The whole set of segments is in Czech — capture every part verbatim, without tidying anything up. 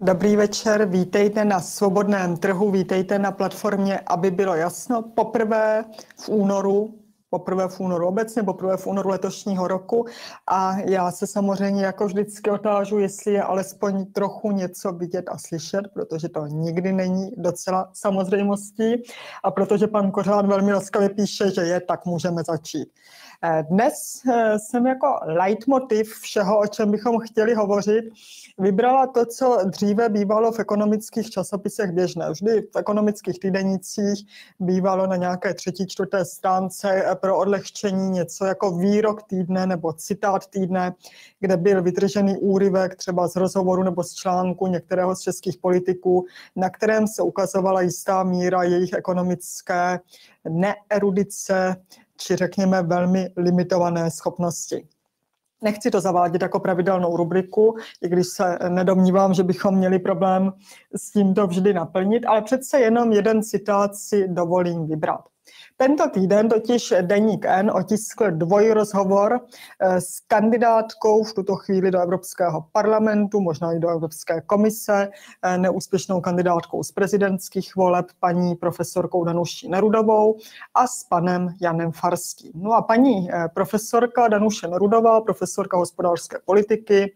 Dobrý večer, vítejte na Svobodném trhu, vítejte na platformě Aby bylo jasno. Poprvé v únoru, poprvé v únoru obecně, poprvé v únoru letošního roku a já se samozřejmě jako vždycky otážu, jestli je alespoň trochu něco vidět a slyšet, protože to nikdy není docela samozřejmostí a protože pan Kořán velmi laskavě píše, že je, tak můžeme začít. Dnes jsem jako leitmotiv všeho, o čem bychom chtěli hovořit, vybrala to, co dříve bývalo v ekonomických časopisech běžné. Vždy v ekonomických týdenících bývalo na nějaké třetí, čtvrté stránce pro odlehčení něco jako výrok týdne nebo citát týdne, kde byl vytržený úryvek třeba z rozhovoru nebo z článku některého z českých politiků, na kterém se ukazovala jistá míra jejich ekonomické neerudice, či řekněme velmi limitované schopnosti. Nechci to zavádět jako pravidelnou rubriku, i když se nedomnívám, že bychom měli problém s tímto vždy naplnit, ale přece jenom jeden citát si dovolím vybrat. Tento týden totiž Deník N otiskl dvojrozhovor s kandidátkou v tuto chvíli do Evropského parlamentu, možná i do Evropské komise, neúspěšnou kandidátkou z prezidentských voleb, paní profesorkou Danuší Nerudovou a s panem Janem Farským. No a paní profesorka Danuše Nerudová, profesorka hospodářské politiky,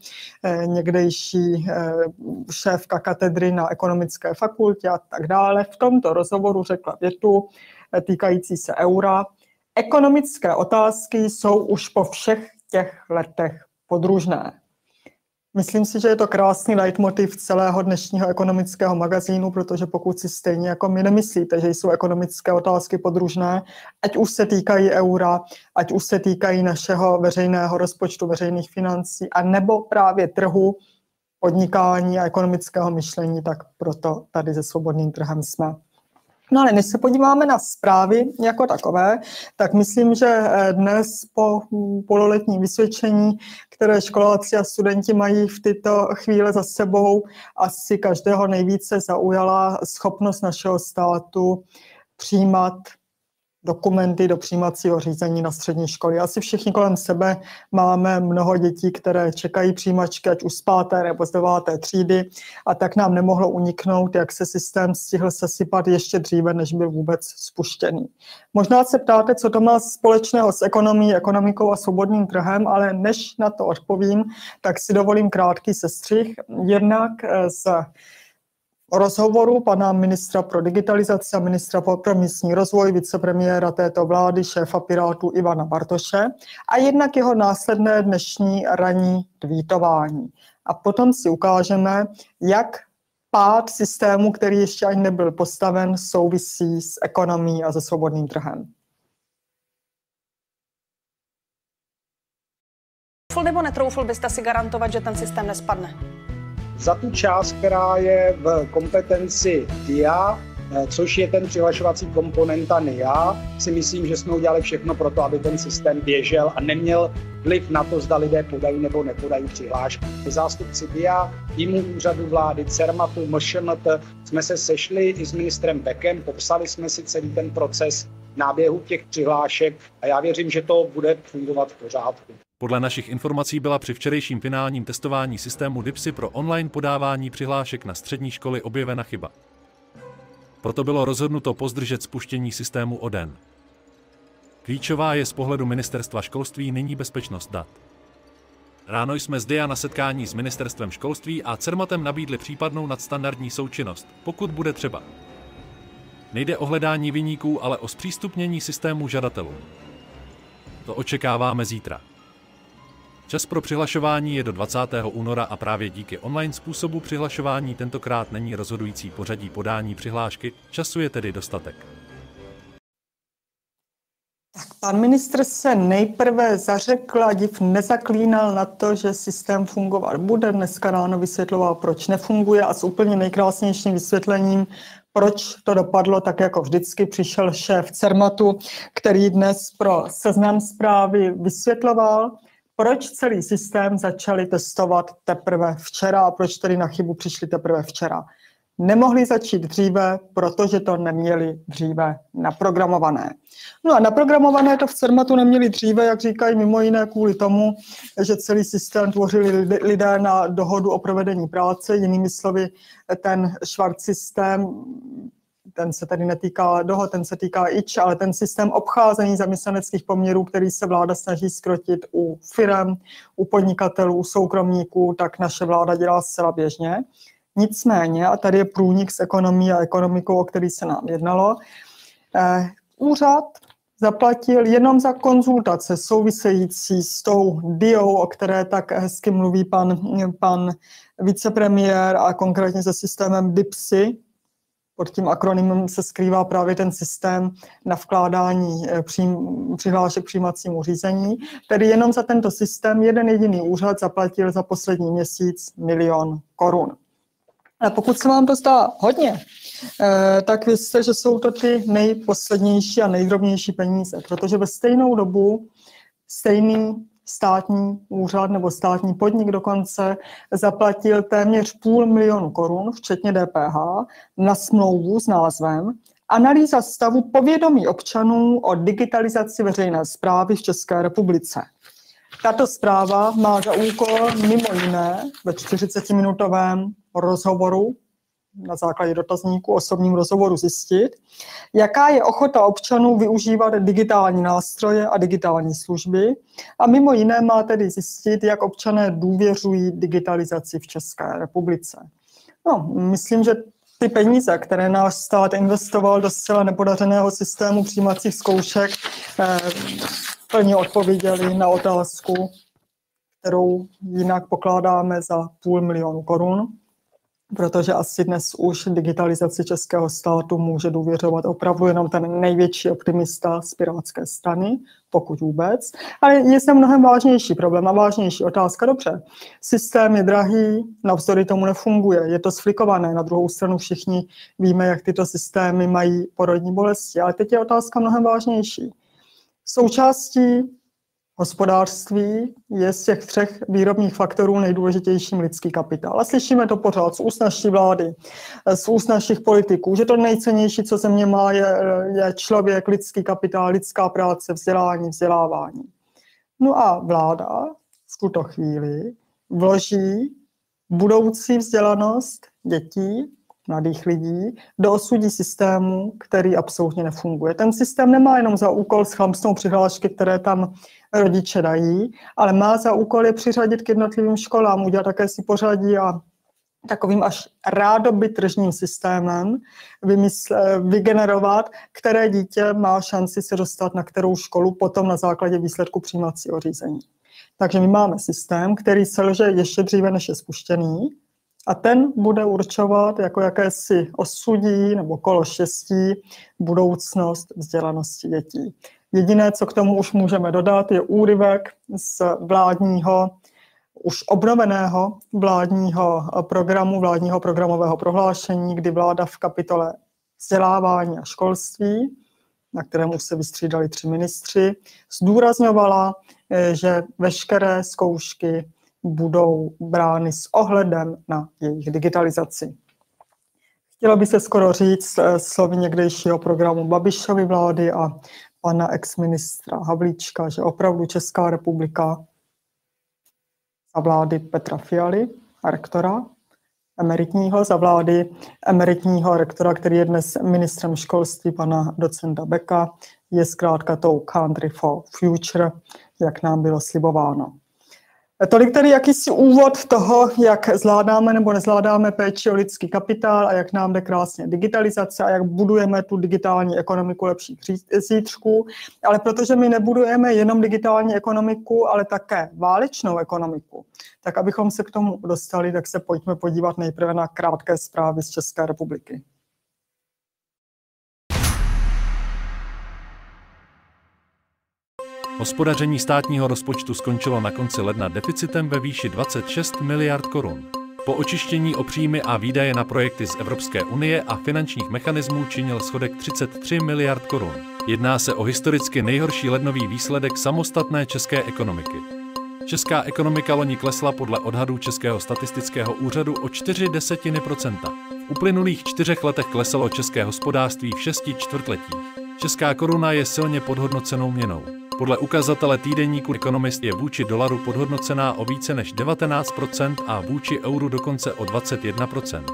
někdejší šéfka katedry na ekonomické fakultě a tak dále, v tomto rozhovoru řekla větu týkající se eura. Ekonomické otázky jsou už po všech těch letech podružné. Myslím si, že je to krásný leitmotiv celého dnešního ekonomického magazínu, protože pokud si stejně jako my nemyslíte, že jsou ekonomické otázky podružné, ať už se týkají eura, ať už se týkají našeho veřejného rozpočtu, veřejných financí, a nebo právě trhu, podnikání a ekonomického myšlení, tak proto tady se Svobodným trhem jsme. No ale než se podíváme na zprávy jako takové, tak myslím, že dnes po pololetním vysvědčení, které školáci a studenti mají v tyto chvíle za sebou, asi každého nejvíce zaujala schopnost našeho státu přijímat dokumenty do přijímacího řízení na střední školy. Asi všichni kolem sebe máme mnoho dětí, které čekají přijímačky, ať už z páté nebo z deváté třídy, a tak nám nemohlo uniknout, jak se systém stihl sesypat ještě dříve, než byl vůbec spuštěný. Možná se ptáte, co to má společného s ekonomií, ekonomikou a svobodným trhem, ale než na to odpovím, tak si dovolím krátký sestřih. Jednak z rozhovoru pana ministra pro digitalizaci a ministra pro místní rozvoj, vicepremiéra této vlády, šéfa Pirátů Ivana Bartoše, a jednak jeho následné dnešní ranní tweetování. A potom si ukážeme, jak pád systému, který ještě ani nebyl postaven, souvisí s ekonomií a se svobodným trhem. Troufl nebo netroufl byste si garantovat, že ten systém nespadne? Za tu část, která je v kompetenci D I A, což je ten přihlašovací komponenta N I A, si myslím, že jsme udělali všechno pro to, aby ten systém běžel a neměl vliv na to, zda lidé podají nebo nepodají přihlášky. Zástupci D I A, týmu úřadu vlády, CERMATu, M Š M T jsme se sešli i s ministrem Bekem, popsali jsme si celý ten proces náběhu těch přihlášek a já věřím, že to bude fungovat v pořádku. Podle našich informací byla při včerejším finálním testování systému D I P S I pro online podávání přihlášek na střední školy objevena chyba. Proto bylo rozhodnuto pozdržet spuštění systému o den. Klíčová je z pohledu Ministerstva školství nyní bezpečnost dat. Ráno jsme z D I A na setkání s Ministerstvem školství a CERMATem nabídli případnou nadstandardní součinnost, pokud bude třeba. Nejde o hledání viníků, ale o zpřístupnění systému žadatelům. To očekáváme zítra. Čas pro přihlašování je do dvacátého února a právě díky online způsobu přihlašování tentokrát není rozhodující pořadí podání přihlášky, času je tedy dostatek. Tak pan ministr se nejprve zařekl a div nezaklínal na to, že systém fungovat bude. Dneska ráno vysvětloval, proč nefunguje, a s úplně nejkrásnějším vysvětlením, proč to dopadlo, tak jako vždycky přišel šéf CERMATu, který dnes pro Seznam Zprávy vysvětloval, proč celý systém začali testovat teprve včera a proč tedy na chybu přišli teprve včera. Nemohli začít dříve, protože to neměli dříve naprogramované. No a naprogramované to v Cermatu neměli dříve, jak říkají, mimo jiné kvůli tomu, že celý systém tvořili lidé na dohodu o provedení práce. Jinými slovy, ten Schwarz systém, ten se tady netýká dohod, ten se týká I Č, ale ten systém obcházení zaměstnaneckých poměrů, který se vláda snaží zkrotit u firem, u podnikatelů, u soukromníků, tak naše vláda dělá zcela běžně. Nicméně, a tady je průnik s ekonomií a ekonomikou, o který se nám jednalo, eh, úřad zaplatil jenom za konzultace související s tou D I O, o které tak hezky mluví pan, pan vicepremiér a konkrétně se systémem D I P S I. Pod tím akronymem se skrývá právě ten systém na vkládání přím, přihlášek k přijímacímu řízení. Tedy jenom za tento systém jeden jediný úřad zaplatil za poslední měsíc milion korun. A pokud se vám to zdá hodně, tak vězte, že jsou to ty nejposlednější a nejdrobnější peníze, protože ve stejnou dobu stejný státní úřad nebo státní podnik dokonce zaplatil téměř půl milionu korun, včetně D P H, na smlouvu s názvem Analýza stavu povědomí občanů o digitalizaci veřejné správy v České republice. Tato zpráva má za úkol mimo jiné ve čtyřicetiminutovém rozhovoru na základě dotazníku, osobním rozhovoru zjistit, jaká je ochota občanů využívat digitální nástroje a digitální služby a mimo jiné má tedy zjistit, jak občané důvěřují digitalizaci v České republice. No, myslím, že ty peníze, které náš stát investoval do zcela nepodařeného systému přijímacích zkoušek, eh, plně odpověděli na otázku, kterou jinak pokládáme za půl milionu korun, protože asi dnes už digitalizaci českého státu může důvěřovat opravdu jenom ten největší optimista z Pirátské strany, pokud vůbec. Ale je zde mnohem vážnější problém a vážnější otázka. Dobře, systém je drahý, navzdory tomu nefunguje, je to sflikované, na druhou stranu všichni víme, jak tyto systémy mají porodní bolesti, ale teď je otázka mnohem vážnější. Součástí hospodářství je z těch třech výrobních faktorů nejdůležitějším lidský kapitál. A slyšíme to pořád z úst naší vlády, z úst našich politiků, že to nejcennější, co země má, je, je člověk, lidský kapitál, lidská práce, vzdělání, vzdělávání. No a vláda v tuto chvíli vloží budoucí vzdělanost dětí, mladých lidí, do osudí systému, který absolutně nefunguje. Ten systém nemá jenom za úkol schlamstnout přihlášky, které tam rodiče dají, ale má za úkol je přiřadit k jednotlivým školám, udělat také si pořadí a takovým až rádoby tržním systémem vymysl, vygenerovat, které dítě má šanci se dostat na kterou školu potom na základě výsledku přijímacího řízení. Takže my máme systém, který selže ještě dříve, než je spuštěný, a ten bude určovat jako jakési osudí nebo kolo štěstí budoucnost vzdělanosti dětí. Jediné, co k tomu už můžeme dodat, je úryvek z vládního, už obnoveného vládního programu, vládního programového prohlášení, kdy vláda v kapitole vzdělávání a školství, na kterém už se vystřídali tři ministři, zdůrazňovala, že veškeré zkoušky budou brány s ohledem na jejich digitalizaci. Chtělo by se skoro říct slovy někdejšího programu Babišovy vlády a pana ex-ministra Havlíčka, že opravdu Česká republika za vlády Petra Fialy a rektora emeritního, za vlády emeritního rektora, který je dnes ministrem školství, pana docenta Beka, je zkrátka tou Country for Future, jak nám bylo slibováno. Tolik tedy jakýsi úvod toho, jak zvládáme nebo nezvládáme péči o lidský kapitál a jak nám jde krásně digitalizace a jak budujeme tu digitální ekonomiku lepších zítřků. Ale protože my nebudujeme jenom digitální ekonomiku, ale také válečnou ekonomiku, tak abychom se k tomu dostali, tak se pojďme podívat nejprve na krátké zprávy z České republiky. Hospodaření státního rozpočtu skončilo na konci ledna deficitem ve výši dvacet šest miliard korun. Po očištění o příjmy a výdaje na projekty z Evropské unie a finančních mechanismů činil schodek třicet tři miliard korun. Jedná se o historicky nejhorší lednový výsledek samostatné české ekonomiky. Česká ekonomika loni klesla podle odhadů Českého statistického úřadu o čtyři desetiny procenta. V uplynulých čtyřech letech klesalo české hospodářství v šesti čtvrtletích. Česká koruna je silně podhodnocenou měnou. Podle ukazatele týdeníku Economist je vůči dolaru podhodnocená o více než devatenáct procent a vůči euru dokonce o dvacet jedna procent.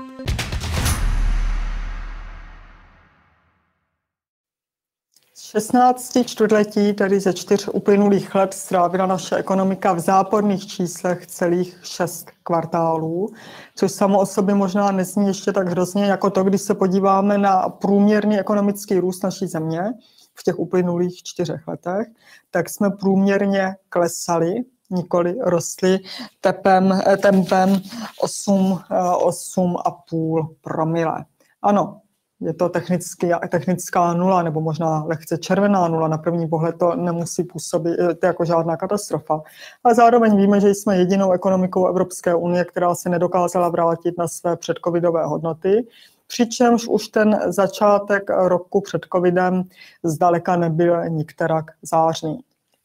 šestnácti čtvrtletí, tedy ze čtyř uplynulých let, strávila naše ekonomika v záporných číslech celých šest kvartálů, což samo o sobě možná nezní ještě tak hrozně jako to, když se podíváme na průměrný ekonomický růst naší země v těch uplynulých čtyřech letech, tak jsme průměrně klesali, nikoli rostli tepem, tempem osm, osm a půl promile. Ano, je to technicky, technická nula, nebo možná lehce červená nula. Na první pohled to nemusí působit jako žádná katastrofa. Ale zároveň víme, že jsme jedinou ekonomikou Evropské unie, která se nedokázala vrátit na své předcovidové hodnoty. Přičemž už ten začátek roku před covidem zdaleka nebyl nikterak zářný.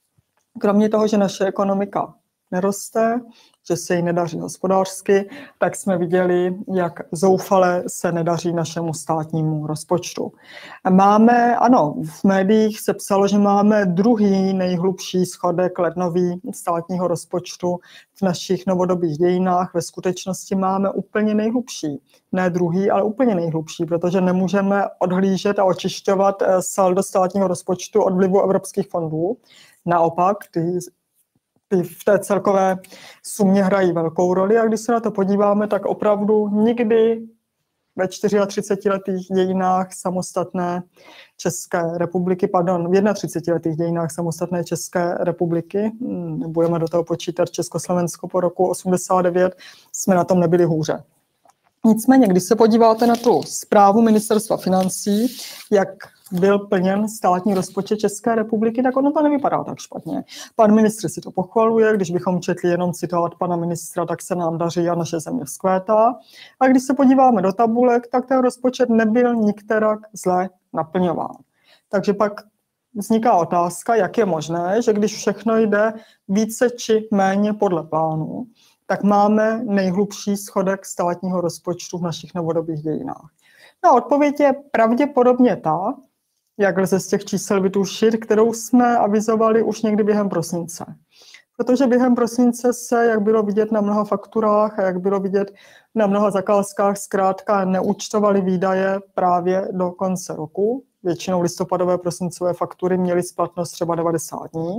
Kromě toho, že naše ekonomika neroste, že se jí nedaří hospodářsky, tak jsme viděli, jak zoufale se nedaří našemu státnímu rozpočtu. Máme, ano, v médiích se psalo, že máme druhý nejhlubší schodek lednový státního rozpočtu v našich novodobých dějinách. Ve skutečnosti máme úplně nejhlubší. Ne druhý, ale úplně nejhlubší, protože nemůžeme odhlížet a očišťovat saldo státního rozpočtu od vlivu evropských fondů. Naopak, ty Ty v té celkové sumě hrají velkou roli a když se na to podíváme, tak opravdu nikdy ve čtyřiatřicetiletých dějinách samostatné České republiky, pardon, v třicetiletých dějinách samostatné České republiky, nebudeme do toho počítat Československo po roku osmdesát devět, jsme na tom nebyli hůře. Nicméně, když se podíváte na tu zprávu Ministerstva financí, jak byl plněn státní rozpočet České republiky, tak ono to nevypadá tak špatně. Pan ministr si to pochvaluje, když bychom četli jenom citát pana ministra, tak se nám daří a naše země vzkvétá. A když se podíváme do tabulek, tak ten rozpočet nebyl nikterak zle naplňován. Takže pak vzniká otázka, jak je možné, že když všechno jde více či méně podle plánu, tak máme nejhlubší schodek státního rozpočtu v našich novodobých dějinách. No, odpověď je pravděpodobně ta, jak lze z těch čísel vytušit, kterou jsme avizovali už někdy během prosince. Protože během prosince se, jak bylo vidět na mnoha fakturách a jak bylo vidět na mnoha zakázkách, zkrátka neúčtovaly výdaje právě do konce roku. Většinou listopadové prosincové faktury měly splatnost třeba devadesát dní.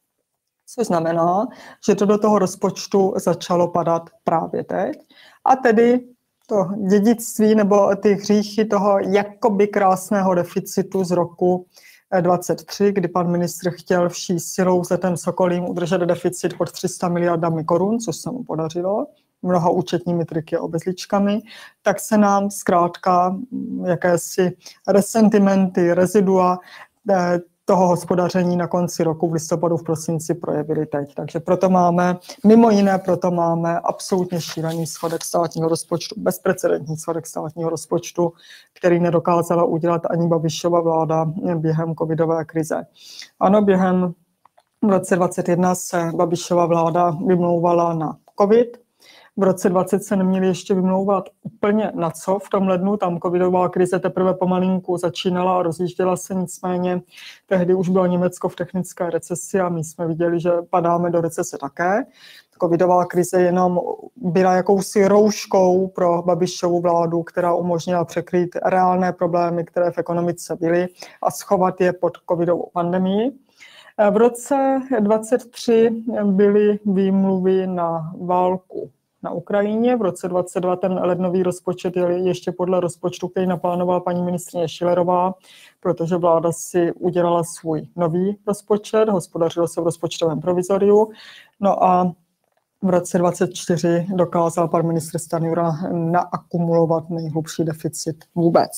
Což znamená, že to do toho rozpočtu začalo padat právě teď. A tedy to dědictví nebo ty hříchy toho jakoby krásného deficitu z roku dvacet tři, kdy pan ministr chtěl vší silou s letem Sokolím udržet deficit pod tři sta miliardami korun, což se mu podařilo, mnoha účetními triky a obezličkami, tak se nám zkrátka jakési resentimenty, rezidua toho hospodaření na konci roku v listopadu, v prosinci projevili teď. Takže proto máme, mimo jiné, proto máme absolutně šílený schodek státního rozpočtu, bezprecedentní schodek státního rozpočtu, který nedokázala udělat ani Babišova vláda během covidové krize. Ano, během v roce dvacet jedna se Babišova vláda vymlouvala na covid. V roce dvacet se neměli ještě vymlouvat úplně na co v tom lednu, tam covidová krize teprve pomalinku začínala a rozjížděla se, nicméně tehdy už bylo Německo v technické recesi a my jsme viděli, že padáme do recese také. Covidová krize jenom byla jakousi rouškou pro Babišovu vládu, která umožnila překrýt reálné problémy, které v ekonomice byly a schovat je pod covidovou pandemii. V roce dvacet tři byly výmluvy na válku na Ukrajině. V roce dvacet dva ten lednový rozpočet je ještě podle rozpočtu, který naplánovala paní ministryně Schillerová, protože vláda si udělala svůj nový rozpočet, hospodařilo se v rozpočtovém provizoriu. No a v roce dvacet čtyři dokázal pan ministr Stanjura naakumulovat nejhlubší deficit vůbec.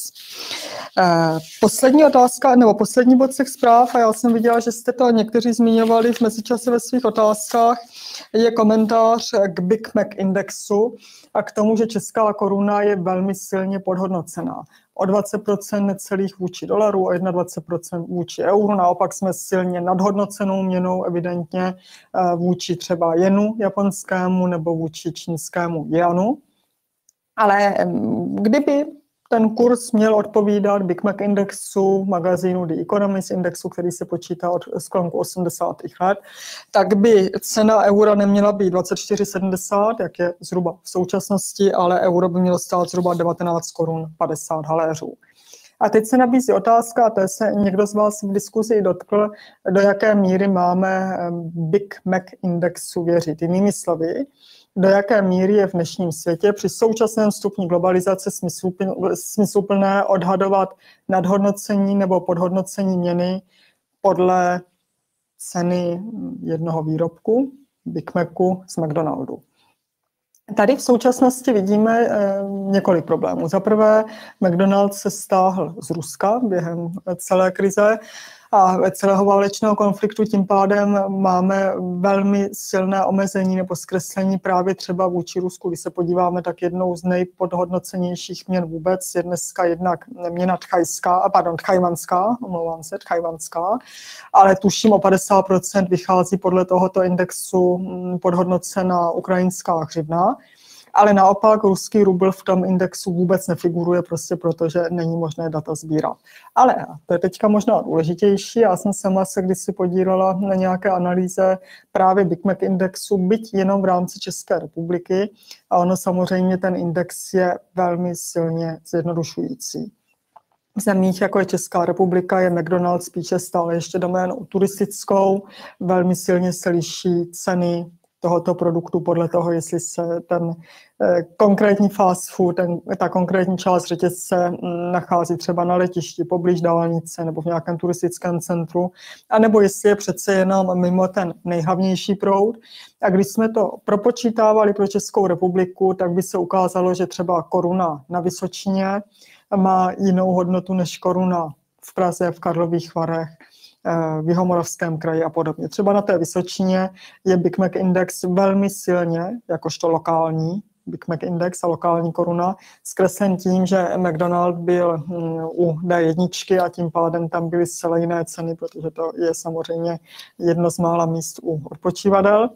Eh, poslední otázka, nebo poslední bod těch zpráv, a já jsem viděla, že jste to někteří zmiňovali v mezičase ve svých otázkách, je komentář k Big Mac indexu a k tomu, že česká koruna je velmi silně podhodnocená. O dvacet procent necelých vůči dolaru, o dvacet jedna procent vůči euru. Naopak jsme silně nadhodnocenou měnou evidentně vůči třeba jenu japonskému nebo vůči čínskému janu. Ale kdyby ten kurz měl odpovídat Big Mac indexu, magazínu The Economist indexu, který se počítá od sklonku osmdesátých let, tak by cena eura neměla být dvacet čtyři sedmdesát, jak je zhruba v současnosti, ale euro by mělo stát zhruba devatenáct korun padesát haléřů. A teď se nabízí otázka, a to se někdo z vás v diskuzi dotkl, do jaké míry máme Big Mac indexu věřit. Jinými slovy, do jaké míry je v dnešním světě při současném stupni globalizace smysluplné odhadovat nadhodnocení nebo podhodnocení měny podle ceny jednoho výrobku, Big Macu z McDonaldu. Tady v současnosti vidíme eh, několik problémů. Za prvé, McDonald's se stáhl z Ruska během celé krize a celého válečného konfliktu, tím pádem máme velmi silné omezení nebo zkreslení právě třeba vůči Rusku. Když se podíváme, tak jednou z nejpodhodnocenějších měn vůbec je dneska jednak měna tchajská, pardon, tchajvanská, omlouvám se, tchajvanská, ale tuším o padesát procent vychází podle tohoto indexu podhodnocená ukrajinská hřivna. Ale naopak ruský rubl v tom indexu vůbec nefiguruje, prostě protože není možné data sbírat. Ale to je teďka možná důležitější, já jsem sama se kdysi podílela na nějaké analýze právě Big Mac indexu, byť jenom v rámci České republiky, a ono samozřejmě ten index je velmi silně zjednodušující. V zemích, jako je Česká republika, je McDonald's spíše stále ještě doménou turistickou, velmi silně se liší ceny tohoto produktu podle toho, jestli se ten eh, konkrétní fast food, ten, ta konkrétní část řetězce nachází třeba na letišti, poblíž dálnice nebo v nějakém turistickém centru, anebo jestli je přece jenom mimo ten nejhlavnější proud. A když jsme to propočítávali pro Českou republiku, tak by se ukázalo, že třeba koruna na Vysočině má jinou hodnotu než koruna v Praze, v Karlových Varech, v Jihomoravském kraji a podobně. Třeba na té Vysočině je Big Mac index velmi silně, jakožto lokální Big Mac index a lokální koruna, zkreslen tím, že McDonald byl u D jedna a tím pádem tam byly zcela jiné ceny, protože to je samozřejmě jedno z mála míst u odpočívadel.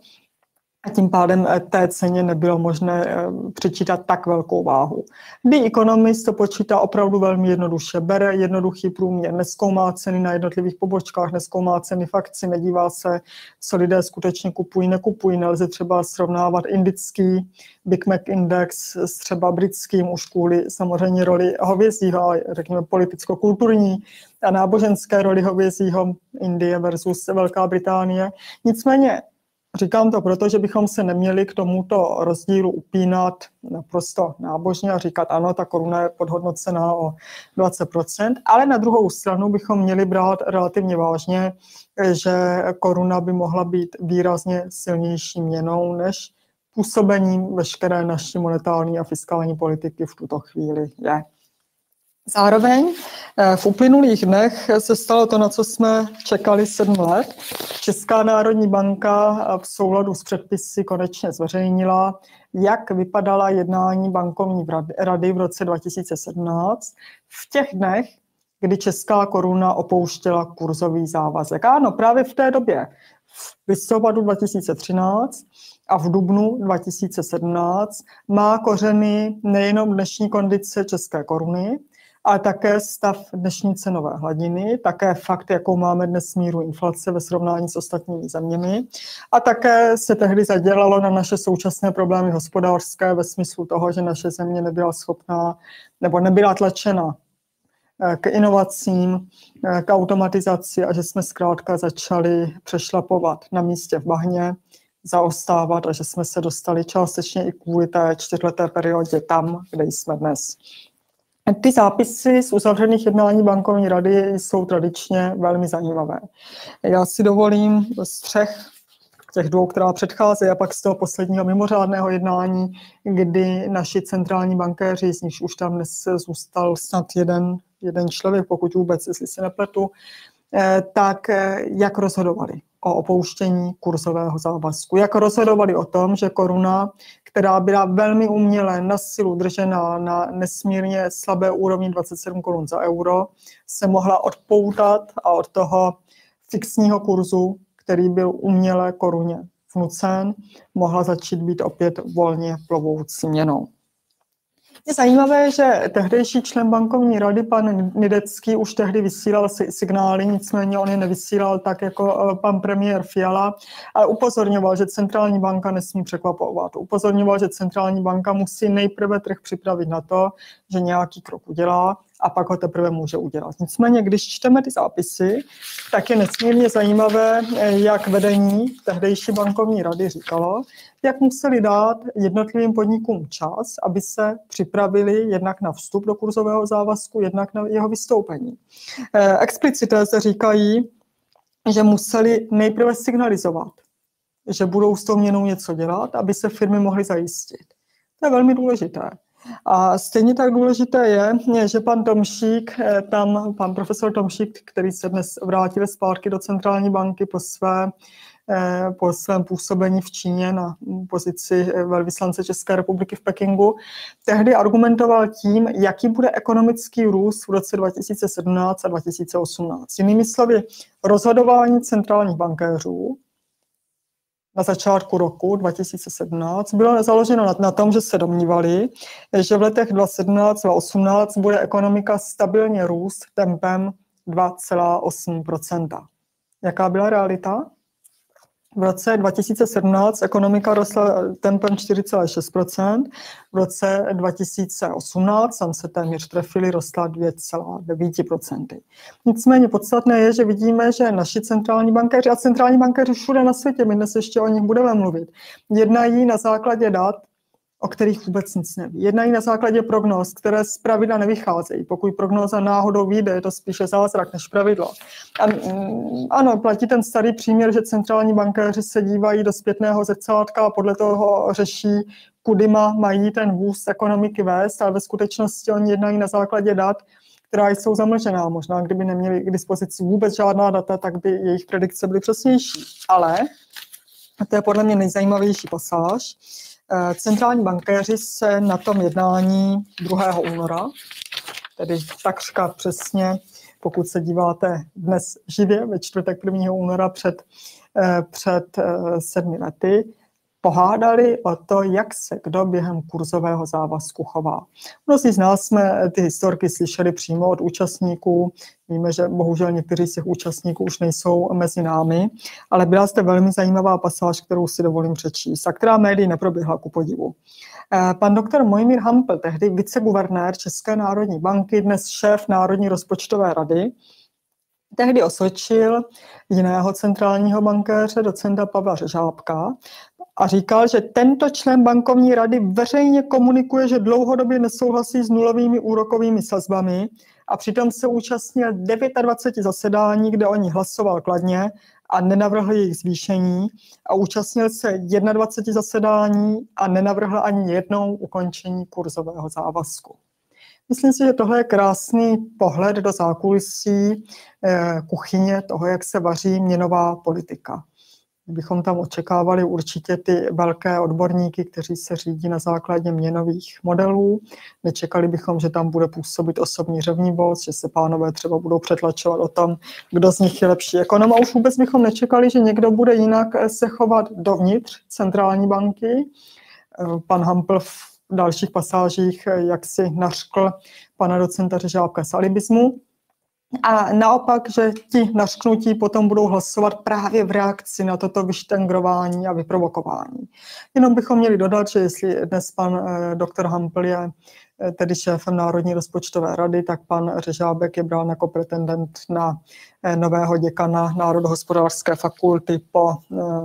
A tím pádem té ceně nebylo možné přičítat tak velkou váhu. The Economist to počítá opravdu velmi jednoduše. Bere jednoduchý průměr, nezkoumá ceny na jednotlivých pobočkách, nezkoumá ceny v akci, nedívá se, co lidé skutečně kupují, nekupují. Nelze třeba srovnávat indický Big Mac Index s třeba britským už kvůli samozřejmě roli hovězího, řekněme politicko-kulturní a náboženské roli hovězího Indie versus Velká Británie. Nicméně říkám to proto, že bychom se neměli k tomuto rozdílu upínat naprosto nábožně a říkat, ano, ta koruna je podhodnocená o dvacet procent, ale na druhou stranu bychom měli brát relativně vážně, že koruna by mohla být výrazně silnější měnou než působením veškeré naší monetární a fiskální politiky v tuto chvíli je. Zároveň v uplynulých dnech se stalo to, na co jsme čekali sedm let. Česká národní banka v souladu s předpisy konečně zveřejnila, jak vypadala jednání bankovní rady v roce dva tisíce sedmnáct v těch dnech, kdy česká koruna opouštěla kurzový závazek. Ano, právě v té době, v listopadu dva tisíce třináct a v dubnu dva tisíce sedmnáct, má kořeny nejenom dnešní kondice české koruny, ale také stav dnešní cenové hladiny, také fakt, jakou máme dnes míru inflace ve srovnání s ostatními zeměmi. A také se tehdy zadělalo na naše současné problémy hospodářské ve smyslu toho, že naše země nebyla schopná nebo nebyla tlačena k inovacím, k automatizaci a že jsme zkrátka začali přešlapovat na místě v bahně, zaostávat a že jsme se dostali částečně i kvůli té čtyřleté periodě tam, kde jsme dnes. Ty zápisy z uzavřených jednání bankovní rady jsou tradičně velmi zajímavé. Já si dovolím z třech, těch dvou, která předchází, a pak z toho posledního mimořádného jednání, kdy naši centrální bankéři, z nichž už tam dnes zůstal snad jeden, jeden člověk, pokud vůbec, jestli se nepletu, tak jak rozhodovali o opouštění kurzového závazku. Jak rozhodovali o tom, že koruna, která byla velmi uměle na silu držená na nesmírně slabé úrovni dvacet sedm korun za euro, se mohla odpoutat a od toho fixního kurzu, který byl uměle koruně vnucen, mohla začít být opět volně plovoucí měnou. Je zajímavé, že tehdejší člen bankovní rady, pan Nidecký, už tehdy vysílal signály, nicméně on je nevysílal tak jako pan premiér Fiala, ale upozorňoval, že centrální banka nesmí překvapovat. Upozorňoval, že centrální banka musí nejprve trh připravit na to, že nějaký krok udělá a pak ho teprve může udělat. Nicméně, když čteme ty zápisy, tak je nesmírně zajímavé, jak vedení tehdejší bankovní rady říkalo, jak museli dát jednotlivým podnikům čas, aby se připravili jednak na vstup do kurzového závazku, jednak na jeho vystoupení. Explicitně se říkají, že museli nejprve signalizovat, že budou s tou měnou něco dělat, aby se firmy mohly zajistit. To je velmi důležité. A stejně tak důležité je, že pan Tomšík, tam pan profesor Tomšík, který se dnes vrátil zpátky do centrální banky po své po svém působení v Číně na pozici velvyslance České republiky v Pekingu, tehdy argumentoval tím, jaký bude ekonomický růst v roce dva tisíce sedmnáct a dva tisíce osmnáct. Jinými slovy, rozhodování centrálních bankéřů na začátku roku dva tisíce sedmnáct bylo založeno na, na tom, že se domnívali, že v letech dva tisíce sedmnáct a dva tisíce osmnáct bude ekonomika stabilně růst tempem dva celá osm procenta. Jaká byla realita? V roce dva tisíce sedmnáct ekonomika rostla tempem čtyři celá šest procenta, v roce dva tisíce osmnáct, tam se téměř trefili, rostla dvě celá devět procenta. Nicméně podstatné je, že vidíme, že naši centrální bankéři a centrální bankéři všude na světě, my dnes ještě o nich budeme mluvit, jednají na základě dat, o kterých vůbec nic neví. Jednají na základě prognóz, které z pravidla nevycházejí. Pokud prognóza náhodou vyjde, je to spíše zázrak než pravidlo. A, ano, platí ten starý příměr, že centrální bankéři se dívají do zpětného zrcátka a podle toho řeší, kudima mají ten vůz ekonomiky vést, ale ve skutečnosti oni jednají na základě dat, která jsou zamlžená. Možná, kdyby neměli k dispozici vůbec žádná data, tak by jejich predikce byly přesnější. Ale, a to je podle mě nejzajímavější pasáž, centrální bankéři se na tom jednání druhého února, tedy takřka přesně, pokud se díváte dnes živě, ve čtvrtek prvního února před, před sedmi lety, pohádali o to, jak se kdo během kurzového závazku chová. Mnozí z nás jsme ty historky slyšeli přímo od účastníků. Víme, že bohužel někteří z těch účastníků už nejsou mezi námi, ale byla zde velmi zajímavá pasáž, kterou si dovolím přečíst a která médií neproběhla ku podivu. Pan doktor Mojmír Hampl, tehdy viceguvernér České národní banky, dnes šéf Národní rozpočtové rady, tehdy osočil jiného centrálního bankéře, docenta Pavla Řežábka, a říkal, že tento člen bankovní rady veřejně komunikuje, že dlouhodobě nesouhlasí s nulovými úrokovými sazbami a přitom se účastnil dvacet devět zasedání, kde o nich hlasoval kladně a nenavrhl jejich zvýšení a účastnil se dvacet jedna zasedání a nenavrhl ani jednou ukončení kurzového závazku. Myslím si, že tohle je krásný pohled do zákulisí kuchyně toho, jak se vaří měnová politika. Bychom tam očekávali určitě ty velké odborníky, kteří se řídí na základě měnových modelů. Nečekali bychom, že tam bude působit osobní řevnivost, že se pánové třeba budou přetlačovat o tom, kdo z nich je lepší ekonom. A už vůbec bychom nečekali, že někdo bude jinak se chovat dovnitř centrální banky. Pan Hampl v dalších pasážích jaksi nařkl pana docenta Řežábka z alibismu. A naopak, že ti nařknutí potom budou hlasovat právě v reakci na toto vyštengrování a vyprovokování. Jenom bychom měli dodat, že jestli dnes pan doktor Hampl je tedy šéfem Národní rozpočtové rady, tak pan Řežábek je brán jako pretendent na nového děkana Národohospodářské fakulty po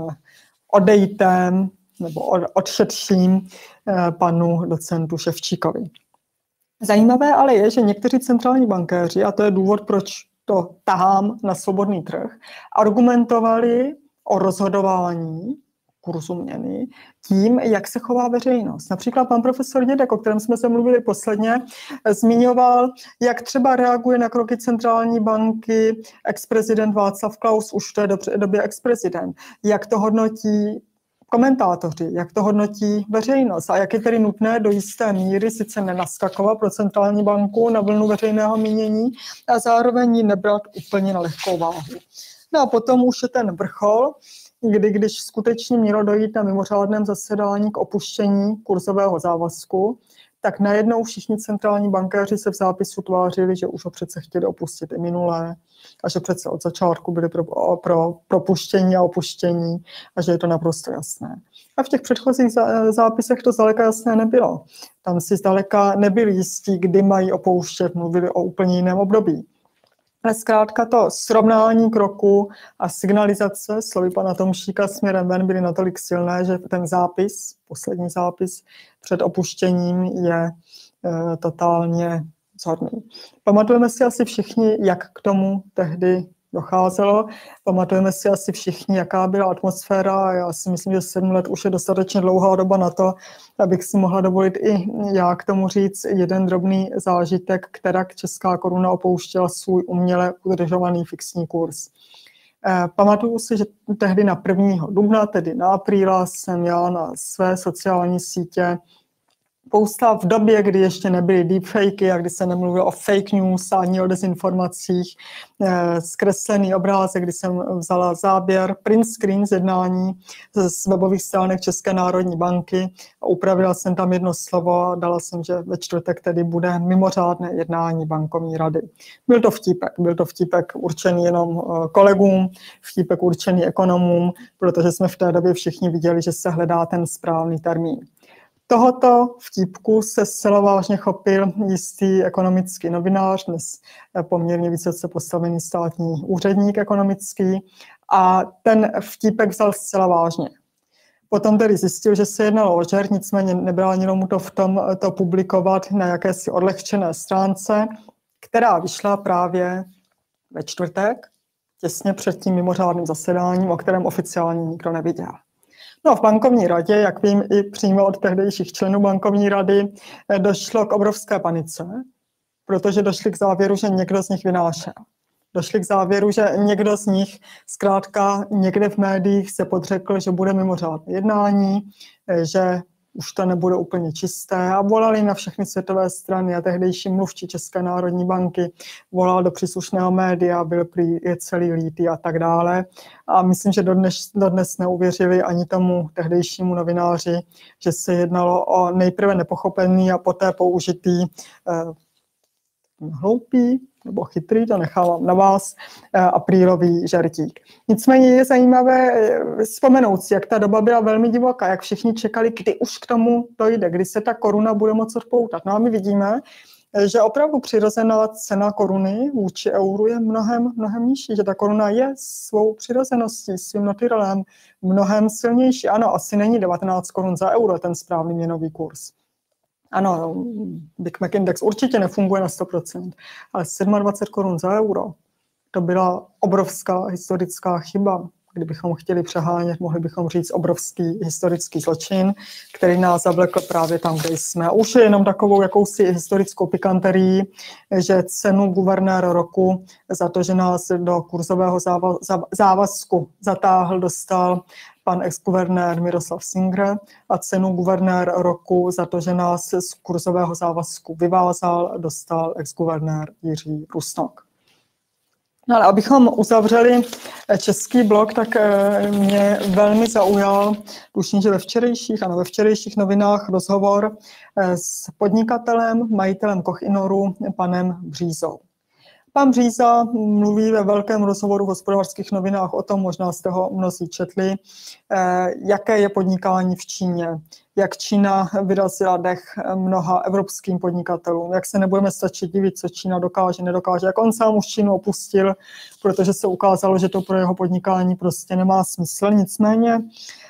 odejitém nebo odšetřím panu docentu Ševčíkovi. Zajímavé ale je, že někteří centrální bankéři, a to je důvod, proč to tahám na svobodný trh, argumentovali o rozhodování kurzu měny tím, jak se chová veřejnost. Například pan profesor Dědek, o kterém jsme se mluvili posledně, zmiňoval, jak třeba reaguje na kroky centrální banky ex-prezident Václav Klaus, už v té době ex-prezident, jak to hodnotí komentátoři, jak to hodnotí veřejnost a jak je tedy nutné do jisté míry sice nenaskakovat pro centrální banku na vlnu veřejného mínění a zároveň ji nebrat úplně na lehkou váhu. No a potom už je ten vrchol, kdy když skutečně mělo dojít na mimořádném zasedání k opuštění kurzového závazku, tak najednou všichni centrální bankéři se v zápisu tvářili, že už ho přece chtěli opustit i minulé a že přece od začátku byli pro, pro propuštění a opuštění a že je to naprosto jasné. A v těch předchozích zápisech to zdaleka jasné nebylo. Tam si zdaleka nebyli jistí, kdy mají opouštět, mluvili o úplně jiném období. Ale zkrátka to srovnání kroku a signalizace slovy pana Tomšíka směrem ven byly natolik silné, že ten zápis, poslední zápis před opuštěním je e, totálně shodný. Pamatujeme si asi všichni, jak k tomu tehdy docházelo. Pamatujeme si asi všichni, jaká byla atmosféra. Já si myslím, že sedm let už je dostatečně dlouhá doba na to, abych si mohla dovolit i já k tomu říct jeden drobný zážitek, kterak česká koruna opouštěla svůj uměle udržovaný fixní kurz. Pamatuju si, že tehdy na prvního dubna, tedy na apríla, jsem já na své sociální sítě poustala v době, kdy ještě nebyly deepfakey a kdy se nemluvilo o fake news ani o dezinformacích, zkreslený obrázek, kdy jsem vzala záběr, print screen z jednání z webových stránek České národní banky a upravila jsem tam jedno slovo a dala jsem, že ve čtvrtek tedy bude mimořádné jednání bankovní rady. Byl to vtípek, byl to vtípek určený jenom kolegům, vtípek určený ekonomům, protože jsme v té době všichni viděli, že se hledá ten správný termín. Tohoto vtípku se zcela vážně chopil jistý ekonomický novinář, dnes poměrně vysoce postavený státní úředník ekonomický, a ten vtípek vzal zcela vážně. Potom tedy zjistil, že se jednalo o žert, nicméně nebránilo mu to v tom to publikovat na jakési odlehčené stránce, která vyšla právě ve čtvrtek, těsně před tím mimořádným zasedáním, o kterém oficiálně nikdo neviděl. No, v bankovní radě, jak vím, i přímo od tehdejších členů bankovní rady, došlo k obrovské panice, protože došli k závěru, že někdo z nich vynášel. Došli k závěru, že někdo z nich zkrátka někde v médiích se podřekl, že bude mimořádné jednání, že už to nebude úplně čisté a volali na všechny světové strany a tehdejší mluvčí České národní banky volal do příslušného média, byl prý celý lítý a tak dále. A myslím, že dodnes, dodnes neuvěřili ani tomu tehdejšímu novináři, že se jednalo o nejprve nepochopený a poté použitý eh, hloupý nebo chytrý, to nechávám na vás, aprílový žertík. Nicméně je zajímavé vzpomenout si, jak ta doba byla velmi divoká, jak všichni čekali, kdy už k tomu dojde, kdy se ta koruna bude moc odpoutat. No a my vidíme, že opravdu přirozená cena koruny vůči euru je mnohem, mnohem nižší, že ta koruna je svou přirozeností, svým naturelem mnohem silnější. Ano, asi není devatenáct korun za euro ten správný měnový kurz. Ano, Big Mac Index určitě nefunguje na sto procent, ale dvacet sedm korun za euro, to byla obrovská historická chyba. Kdybychom chtěli přehánět, mohli bychom říct obrovský historický zločin, který nás zavlekl právě tam, kde jsme. A už je jenom takovou jakousi historickou pikanterií, že cenu guvernéra roku za to, že nás do kurzového závazku zatáhl, dostal pan ex-guvernér Miroslav Singer a cenu guvernér roku za to, že nás z kurzového závazku vyvázal, dostal ex-guvernér Jiří Rusnok. No, ale abychom uzavřeli český blok, tak mě velmi zaujal, tuším, že ve včerejších, ano, ve včerejších novinách rozhovor s podnikatelem, majitelem Koch-Inoru, panem Břízou. Pan Bříza mluví ve velkém rozhovoru v Hospodářských novinách o tom, možná jste ho mnozí četli, jaké je podnikání v Číně, jak Čína vyrazila dech mnoha evropským podnikatelům, jak se nebudeme stačit divit, co Čína dokáže, nedokáže, jak on sám už Čínu opustil, protože se ukázalo, že to pro jeho podnikání prostě nemá smysl. Nicméně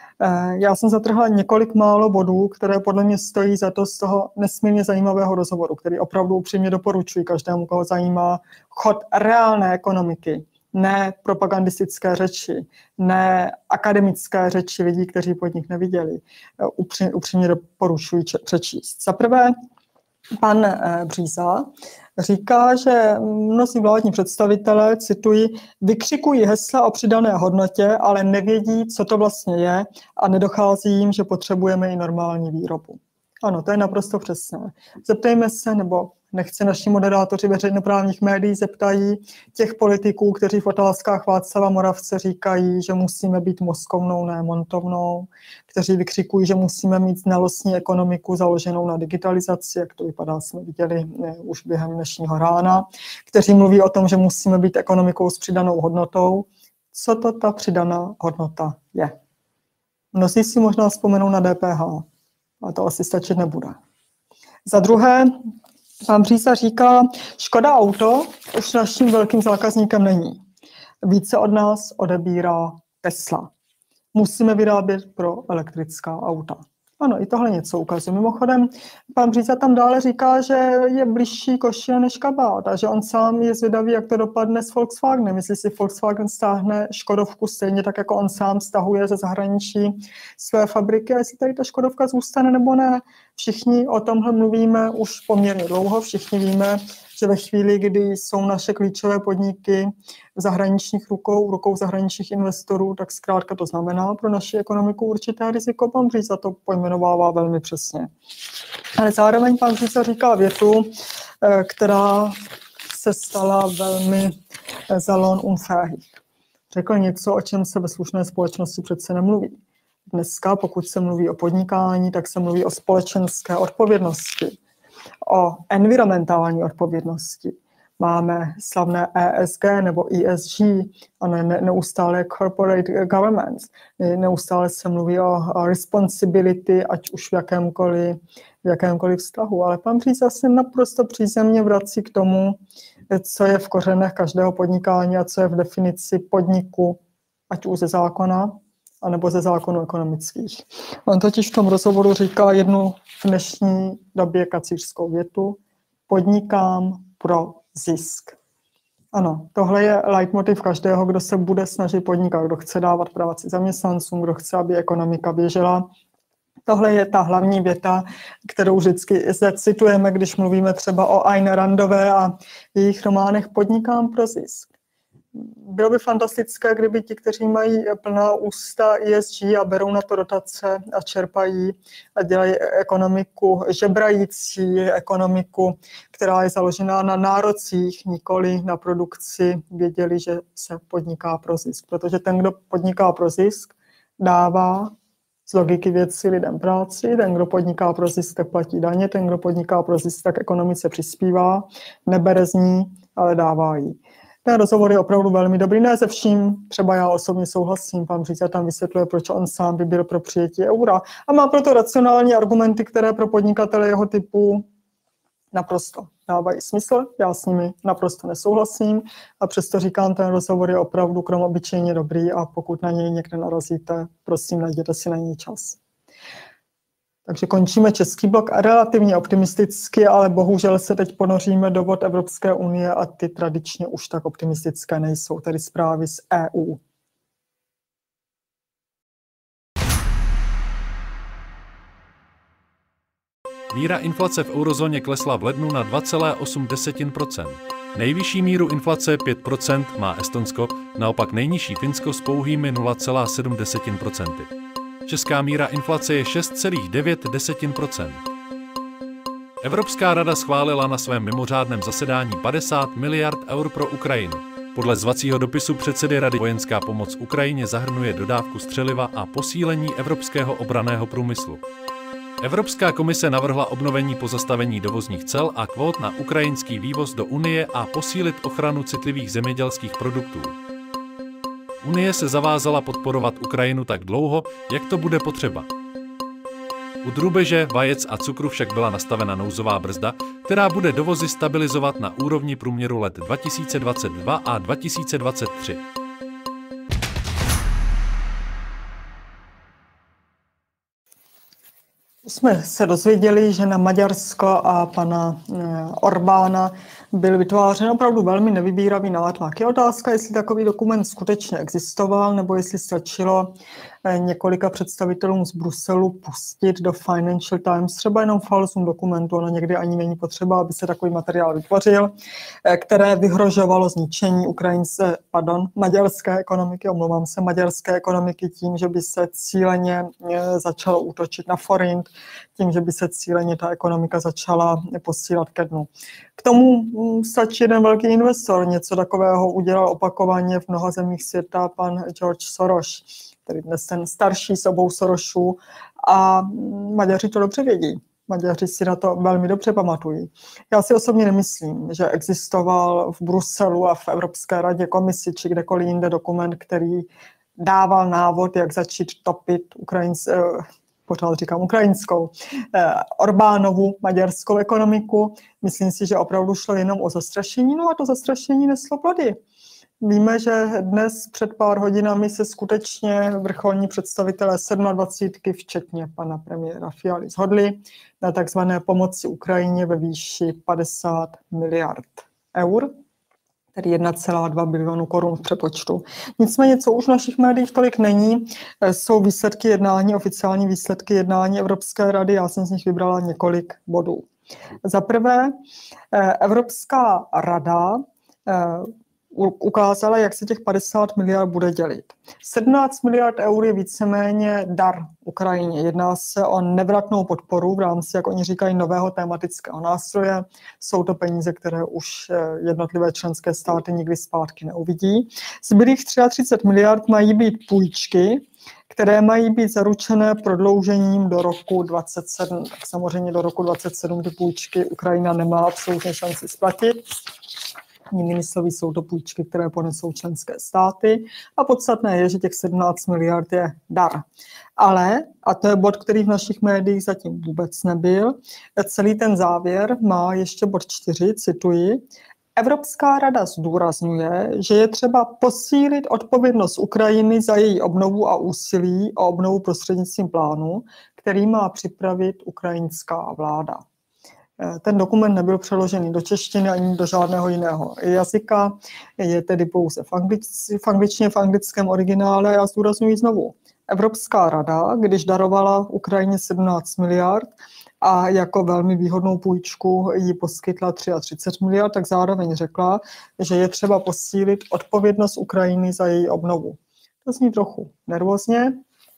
já jsem zatrhla několik málo bodů, které podle mě stojí za to z toho nesmírně zajímavého rozhovoru, který opravdu upřímně doporučuji každému, koho zajímá chod reálné ekonomiky, ne propagandistické řeči, ne akademické řeči lidí, kteří podnik neviděli. Upřímně, upřímně doporučuji přečíst. Za prvé, pan Bříza říká, že mnozí vládní představitelé, cituji, vykřikují hesla o přidané hodnotě, ale nevědí, co to vlastně je a nedochází jim, že potřebujeme i normální výrobu. Ano, to je naprosto přesné. Zeptejme se, nebo Nechť se naši moderátoři veřejnoprávních médií zeptají těch politiků, kteří v Otázkách Václava Moravce říkají, že musíme být mozkovnou, ne montovnou, kteří vykřikují, že musíme mít znalostní ekonomiku založenou na digitalizaci, jak to vypadá, jsme viděli ne, už během dnešního rána, kteří mluví o tom, že musíme být ekonomikou s přidanou hodnotou. Co to ta přidaná hodnota je? Mnozí si možná vzpomenou na D P H, ale to asi stačit nebude. Za druhé, pan Bříza říká, Škoda Auto už naším velkým zákazníkem není. Více od nás odebírá Tesla. Musíme vyrábět pro elektrická auta. Ano, i tohle něco ukazuje. Mimochodem, pan Bříza tam dále říká, že je bližší košile než kabát a že on sám je zvědavý, jak to dopadne s Volkswagenem. Jestli si Volkswagen stáhne Škodovku stejně tak, jako on sám stahuje ze zahraničí své fabriky, a jestli tady ta Škodovka zůstane nebo ne. Všichni o tomhle mluvíme už poměrně dlouho, všichni víme, že ve chvíli, kdy jsou naše klíčové podniky v zahraničních rukou, v rukou zahraničních investorů, tak zkrátka to znamená pro naši ekonomiku určité riziko. Pan Bříza to pojmenovává velmi přesně. Ale zároveň pan Bříza říká větu, která se stala velmi salon unfähig. Řekl něco, o čem se ve slušné společnosti přece nemluví. Dneska, pokud se mluví o podnikání, tak se mluví o společenské odpovědnosti, o environmentální odpovědnosti. Máme slavné E S G nebo E S G, a ne, neustále corporate governance. Neustále se mluví o, o responsibility, ať už v jakémkoliv, v jakémkoliv vztahu. Ale pan Bříza se naprosto přízemně vrací k tomu, co je v kořenech každého podnikání a co je v definici podniku, ať už ze zákona, anebo ze zákonů ekonomických. On totiž v tom rozhovoru říká jednu v dnešní době kacířskou větu: podnikám pro zisk. Ano, tohle je leitmotiv každého, kdo se bude snažit podnikat, kdo chce dávat práci zaměstnancům, kdo chce, aby ekonomika běžela. Tohle je ta hlavní věta, kterou vždycky zde citujeme, když mluvíme třeba o Ayn Randové a jejich románech Podnikám pro zisk. Bylo by fantastické, kdyby ti, kteří mají plná ústa E S G a berou na to dotace a čerpají a dělají ekonomiku žebrající, ekonomiku, která je založená na nárocích, nikoli na produkci, věděli, že se podniká pro zisk. Protože ten, kdo podniká pro zisk, dává z logiky věci lidem práci, ten, kdo podniká pro zisk, tak platí daně, ten, kdo podniká pro zisk, tak ekonomice přispívá, nebere z ní, ale dává jí. Ten rozhovor je opravdu velmi dobrý, ne se vším, třeba já osobně souhlasím, pan Bříza tam vysvětluje, proč on sám by byl pro přijetí eura a má proto racionální argumenty, které pro podnikatele jeho typu naprosto dávají smysl, já s nimi naprosto nesouhlasím a přesto říkám, ten rozhovor je opravdu krom obyčejně dobrý a pokud na něj někde narazíte, prosím, najděte si na něj čas. Takže končíme český blok relativně optimisticky, ale bohužel se teď ponoříme do vod Evropské unie a ty tradičně už tak optimistické nejsou, tedy zprávy z E U. Míra inflace v eurozóně klesla v lednu na dva celé osm procenta. Nejvyšší míru inflace pět procent má Estonsko, naopak nejnižší Finsko s pouhými nula celé sedm procenta. Česká míra inflace je šest celé devět procenta. Evropská rada schválila na svém mimořádném zasedání padesát miliard eur pro Ukrajinu. Podle zvacího dopisu předsedy rady vojenská pomoc Ukrajině zahrnuje dodávku střeliva a posílení evropského obranného průmyslu. Evropská komise navrhla obnovení pozastavení dovozních cel a kvót na ukrajinský vývoz do Unie a posílit ochranu citlivých zemědělských produktů. Unie se zavázala podporovat Ukrajinu tak dlouho, jak to bude potřeba. U drůbeže, vajec a cukru však byla nastavena nouzová brzda, která bude dovozy stabilizovat na úrovni průměru let dva tisíce dvacet dva a dva tisíce dvacet tři. Jsme se dozvěděli, že na Maďarsko a pana Orbána byl vytvářen opravdu velmi nevybíravý nátlak. Je otázka, jestli takový dokument skutečně existoval, nebo jestli stačilo několika představitelům z Bruselu pustit do Financial Times třeba jenom falzum dokumentu, ono někdy ani není potřeba, aby se takový materiál vytvořil, které vyhrožovalo zničení ukrajinské, pardon, maďarské ekonomiky, omlouvám se, maďarské ekonomiky tím, že by se cíleně začalo útočit na forint, tím, že by se cíleně ta ekonomika začala posílat ke dnu. K tomu stačí jeden velký investor. Něco takového udělal opakovaně v mnoha zemích světa pan George Soros, který dnes ten starší z obou Sorosů, a Maďaři to dobře vědí. Maďaři si na to velmi dobře pamatují. Já si osobně nemyslím, že existoval v Bruselu a v Evropské radě, komisi či kdekoliv jinde dokument, který dával návod, jak začít topit Ukrajins, eh, pořád říkám ukrajinskou, eh, Orbánovu maďarskou ekonomiku. Myslím si, že opravdu šlo jenom o zastrašení, no a to zastrašení neslo plody. Víme, že dnes před pár hodinami se skutečně vrcholní představitelé sedmadvacítky, včetně pana premiéra Fialy, shodli na takzvané pomoci Ukrajině ve výši padesát miliard eur, tedy jedna celá dva bilionu korun v přepočtu. Nicméně, co už v našich médiích tolik není, jsou výsledky jednání, oficiální výsledky jednání Evropské rady. Já jsem z nich vybrala několik bodů. Za prvé, Evropská rada ukázala, jak se těch padesát miliard bude dělit. sedmnáct miliard eur je víceméně dar Ukrajině. Jedná se o nevratnou podporu v rámci, jak oni říkají, nového tematického nástroje. Jsou to peníze, které už jednotlivé členské státy nikdy zpátky neuvidí. Zbylých třicet tři miliard mají být půjčky, které mají být zaručené prodloužením do roku dvacet sedm. Tak samozřejmě do roku dvacet sedm ty půjčky Ukrajina nemá absolutně šanci splatit. Jinými slovy, jsou to půjčky, které ponesou členské státy, a podstatné je, že těch sedmnáct miliard je dar. Ale, a to je bod, který v našich médiích zatím vůbec nebyl, celý ten závěr má ještě bod čtyři, cituji: Evropská rada zdůrazňuje, že je třeba posílit odpovědnost Ukrajiny za její obnovu a úsilí o obnovu prostřednictvím plánu, který má připravit ukrajinská vláda. Ten dokument nebyl přeložený do češtiny ani do žádného jiného jazyka, je tedy pouze v, anglic, v angličtině, v anglickém originále. Já zdůrazňuji znovu, Evropská rada, když darovala Ukrajině sedmnáct miliard a jako velmi výhodnou půjčku jí poskytla třicet tři miliard, tak zároveň řekla, že je třeba posílit odpovědnost Ukrajiny za její obnovu. To zní trochu nervózně.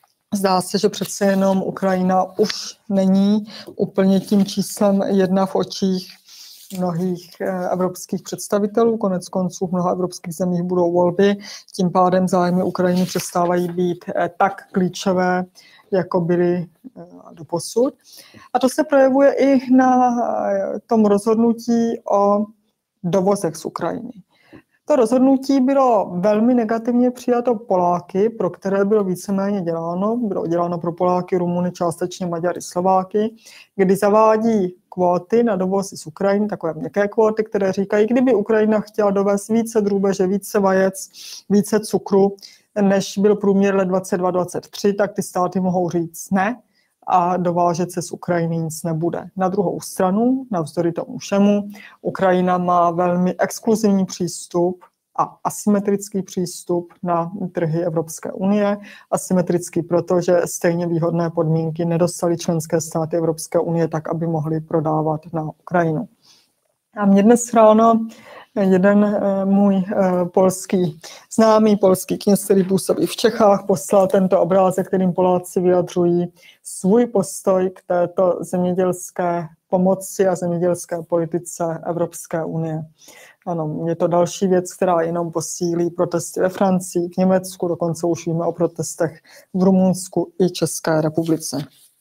Zdá se, že přece jenom Ukrajina už není úplně tím číslem jedna v očích mnohých evropských představitelů. Konec konců v mnoha evropských zemích budou volby, tím pádem zájmy Ukrajiny přestávají být tak klíčové, jako byly doposud. A to se projevuje i na tom rozhodnutí o dovozech z Ukrajiny. To rozhodnutí bylo velmi negativně přijato Poláky, pro které bylo víceméně děláno. Bylo děláno pro Poláky, Rumuny, částečně Maďary, Slováky, kdy zavádí kvóty na dovozy z Ukrajiny, takové měkké kvóty, které říkají, kdyby Ukrajina chtěla dovést více drůbeže, více vajec, více cukru, než byl průměr let dvacet dva dvacet tři, tak ty státy mohou říct ne a dovážet se z Ukrajiny nic nebude. Na druhou stranu, navzdory tomu všemu, Ukrajina má velmi exkluzivní přístup a asymetrický přístup na trhy Evropské unie. Asymetrický, protože stejně výhodné podmínky nedostaly členské státy Evropské unie tak, aby mohly prodávat na Ukrajinu. A mě dnes ráno jeden můj polský známý polský kněz, který působí v Čechách, poslal tento obrázek, kterým Poláci vyjadřují svůj postoj k této zemědělské pomoci a zemědělské politice Evropské unie. Ano, je to další věc, která jenom posílí protesty ve Francii, v Německu, dokonce už víme o protestech v Rumunsku i České republice.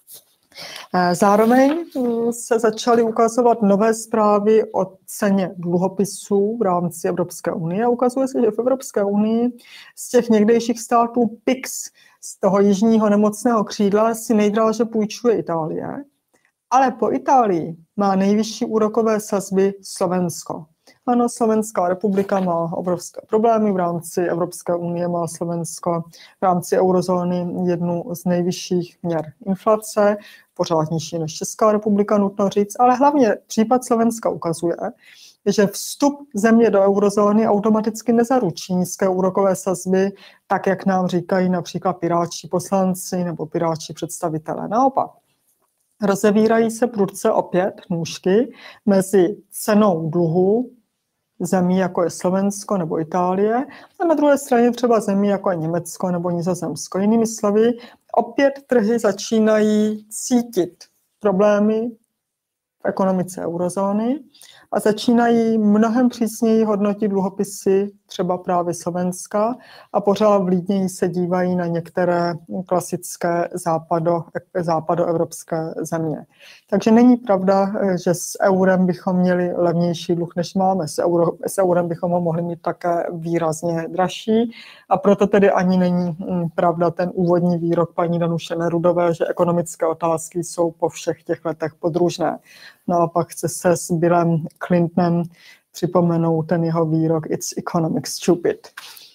Zároveň se začaly ukazovat nové zprávy o ceně dluhopisů v rámci Evropské unie. Ukazuje se, že v Evropské unii z těch někdejších států P I X, z toho jižního nemocného křídla, si nejdráže půjčuje Itálie, ale po Itálii má nejvyšší úrokové sazby Slovensko. Ano, Slovenská republika má obrovské problémy, v rámci Evropské unie má Slovensko v rámci eurozóny jednu z nejvyšších měr inflace, pořád nižší než Česká republika, nutno říct, ale hlavně případ Slovenska ukazuje, že vstup země do eurozóny automaticky nezaručí nízké úrokové sazby, tak jak nám říkají například pirátští poslanci nebo pirátští představitelé. Naopak, rozevírají se prudce opět nůžky mezi cenou dluhu zemí, jako je Slovensko nebo Itálie, a na druhé straně třeba zemí, jako je Německo nebo Nizozemsko. Jinými slovy, opět trhy začínají cítit problémy v ekonomice eurozóny a začínají mnohem přísněji hodnotit dluhopisy třeba právě Slovenska a pořád vlídněji se dívají na některé klasické západo, západoevropské země. Takže není pravda, že s eurem bychom měli levnější dluh, než máme. S, euro, s eurem bychom ho mohli mít také výrazně dražší a proto tedy ani není pravda ten úvodní výrok paní Danuše Nerudové, že ekonomické otázky jsou po všech těch letech podružné. Naopak chce se s Billem Clintonem připomenout ten jeho výrok It's economic stupid.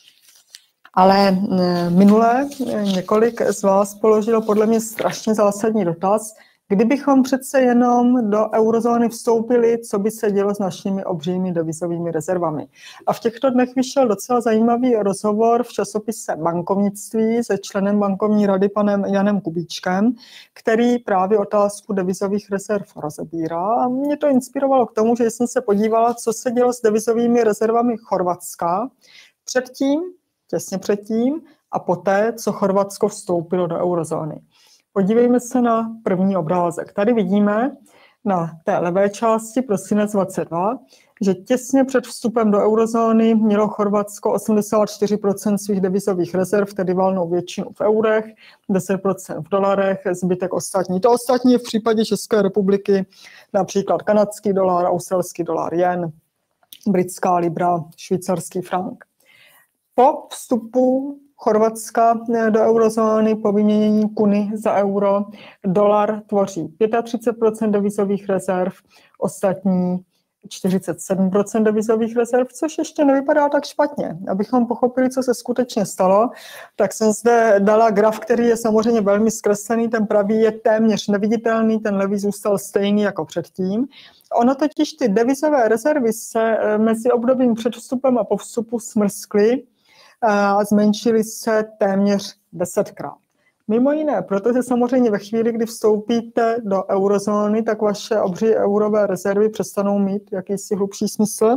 Ale minule několik z vás položilo podle mě strašně zásadní dotaz, kdybychom přece jenom do eurozóny vstoupili, co by se dělo s našimi obřími devizovými rezervami. A v těchto dnech vyšel docela zajímavý rozhovor v časopise Bankovnictví se členem bankovní rady panem Janem Kubíčkem, který právě otázku devizových rezerv rozebírá. A mě to inspirovalo k tomu, že jsem se podívala, co se dělo s devizovými rezervami Chorvatska předtím, těsně předtím a poté, co Chorvatsko vstoupilo do eurozóny. Podívejme se na první obrázek. Tady vidíme na té levé části prosinec dvacet dva, že těsně před vstupem do eurozóny mělo Chorvatsko osmdesát čtyři procent svých devizových rezerv, tedy valnou většinu v eurech, deset procent v dolarech, zbytek ostatní. To ostatní je v případě České republiky například kanadský dolar, australský dolar, jen, britská libra, švýcarský frank. Po vstupu Chorvatska do eurozóny po vyměnění kuny za euro dolar tvoří třicet pět procent devizových rezerv, ostatní čtyřicet sedm procent devizových rezerv, což ještě nevypadá tak špatně. Abychom pochopili, co se skutečně stalo, tak jsem zde dala graf, který je samozřejmě velmi zkreslený, ten pravý je téměř neviditelný, ten levý zůstal stejný jako předtím. Ono totiž ty devizové rezervy se mezi obdobím před vstupem a po vstupu smrskly a zmenšily se téměř desetkrát. Mimo jiné, protože samozřejmě ve chvíli, kdy vstoupíte do eurozóny, tak vaše obří eurové rezervy přestanou mít jakýsi hlubší smysl,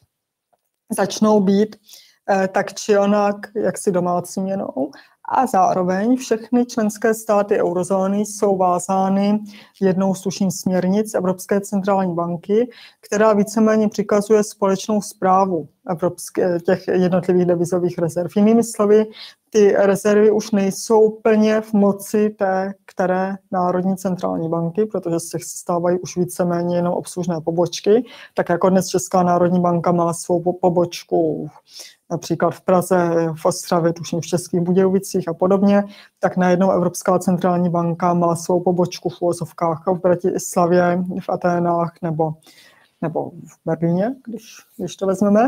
začnou být eh, tak či onak jaksi domácí měnou a zároveň všechny členské státy eurozóny jsou vázány jednou z tuším směrnic Evropské centrální banky, která víceméně přikazuje společnou správu evropské, těch jednotlivých devizových rezerv. Jinými slovy, ty rezervy už nejsou plně v moci té, které národní centrální banky, protože z těch stávají už víceméně jenom obslužné pobočky, tak jako dnes Česká národní banka má svou pobočku například v Praze, v Ostravě, tuším v Českých Budějovicích a podobně, tak najednou Evropská centrální banka má svou pobočku v uvozovkách v Bratislavě, v Aténách nebo, nebo v Berlíně, když, když to vezmeme.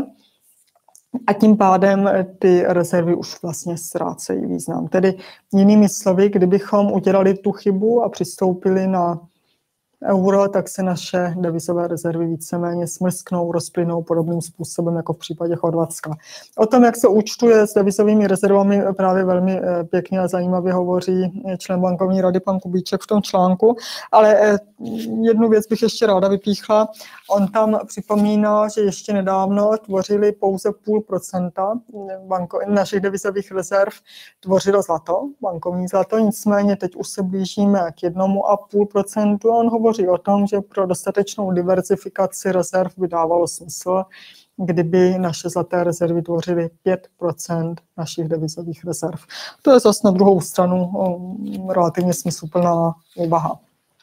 A tím pádem ty rezervy už vlastně ztrácejí význam. Tedy jinými slovy, kdybychom udělali tu chybu a přistoupili na euro, tak se naše devizové rezervy víceméně smrsknou, rozplynou podobným způsobem jako v případě Chorvatska. O tom, jak se účtuje s devizovými rezervami, právě velmi pěkně a zajímavě hovoří člen bankovní rady pan Kubíček v tom článku, ale jednu věc bych ještě ráda vypíchla. On tam připomíná, že ještě nedávno tvořili pouze půl procenta banko, našich devizových rezerv tvořilo zlato, bankovní zlato, nicméně teď už se blížíme k jednomu a půl procentu. On hovoří o tom, že pro dostatečnou diverzifikaci rezerv by dávalo smysl, kdyby naše zlaté rezervy tvořily pět procent našich devizových rezerv. To je zase na druhou stranu relativně smysluplná úvaha.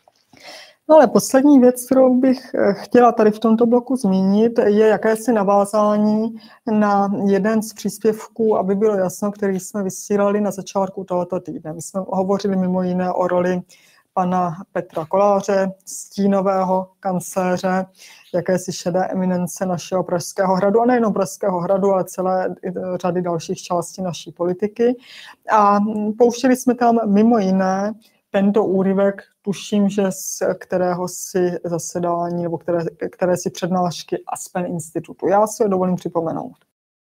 No ale poslední věc, kterou bych chtěla tady v tomto bloku zmínit, je jakési navázání na jeden z příspěvků, aby bylo jasno, který jsme vysílali na začátku tohoto týdne. My jsme hovořili mimo jiné o roli pana Petra Koláře, stínového kancléře, jakési šedé eminence našeho Pražského hradu, a nejenom Pražského hradu, ale celé řady dalších částí naší politiky. A pouštěli jsme tam mimo jiné tento úryvek, tuším, že z kterého si zasedání nebo které, které si přednášky Aspen institutu. Já si ho dovolím připomenout.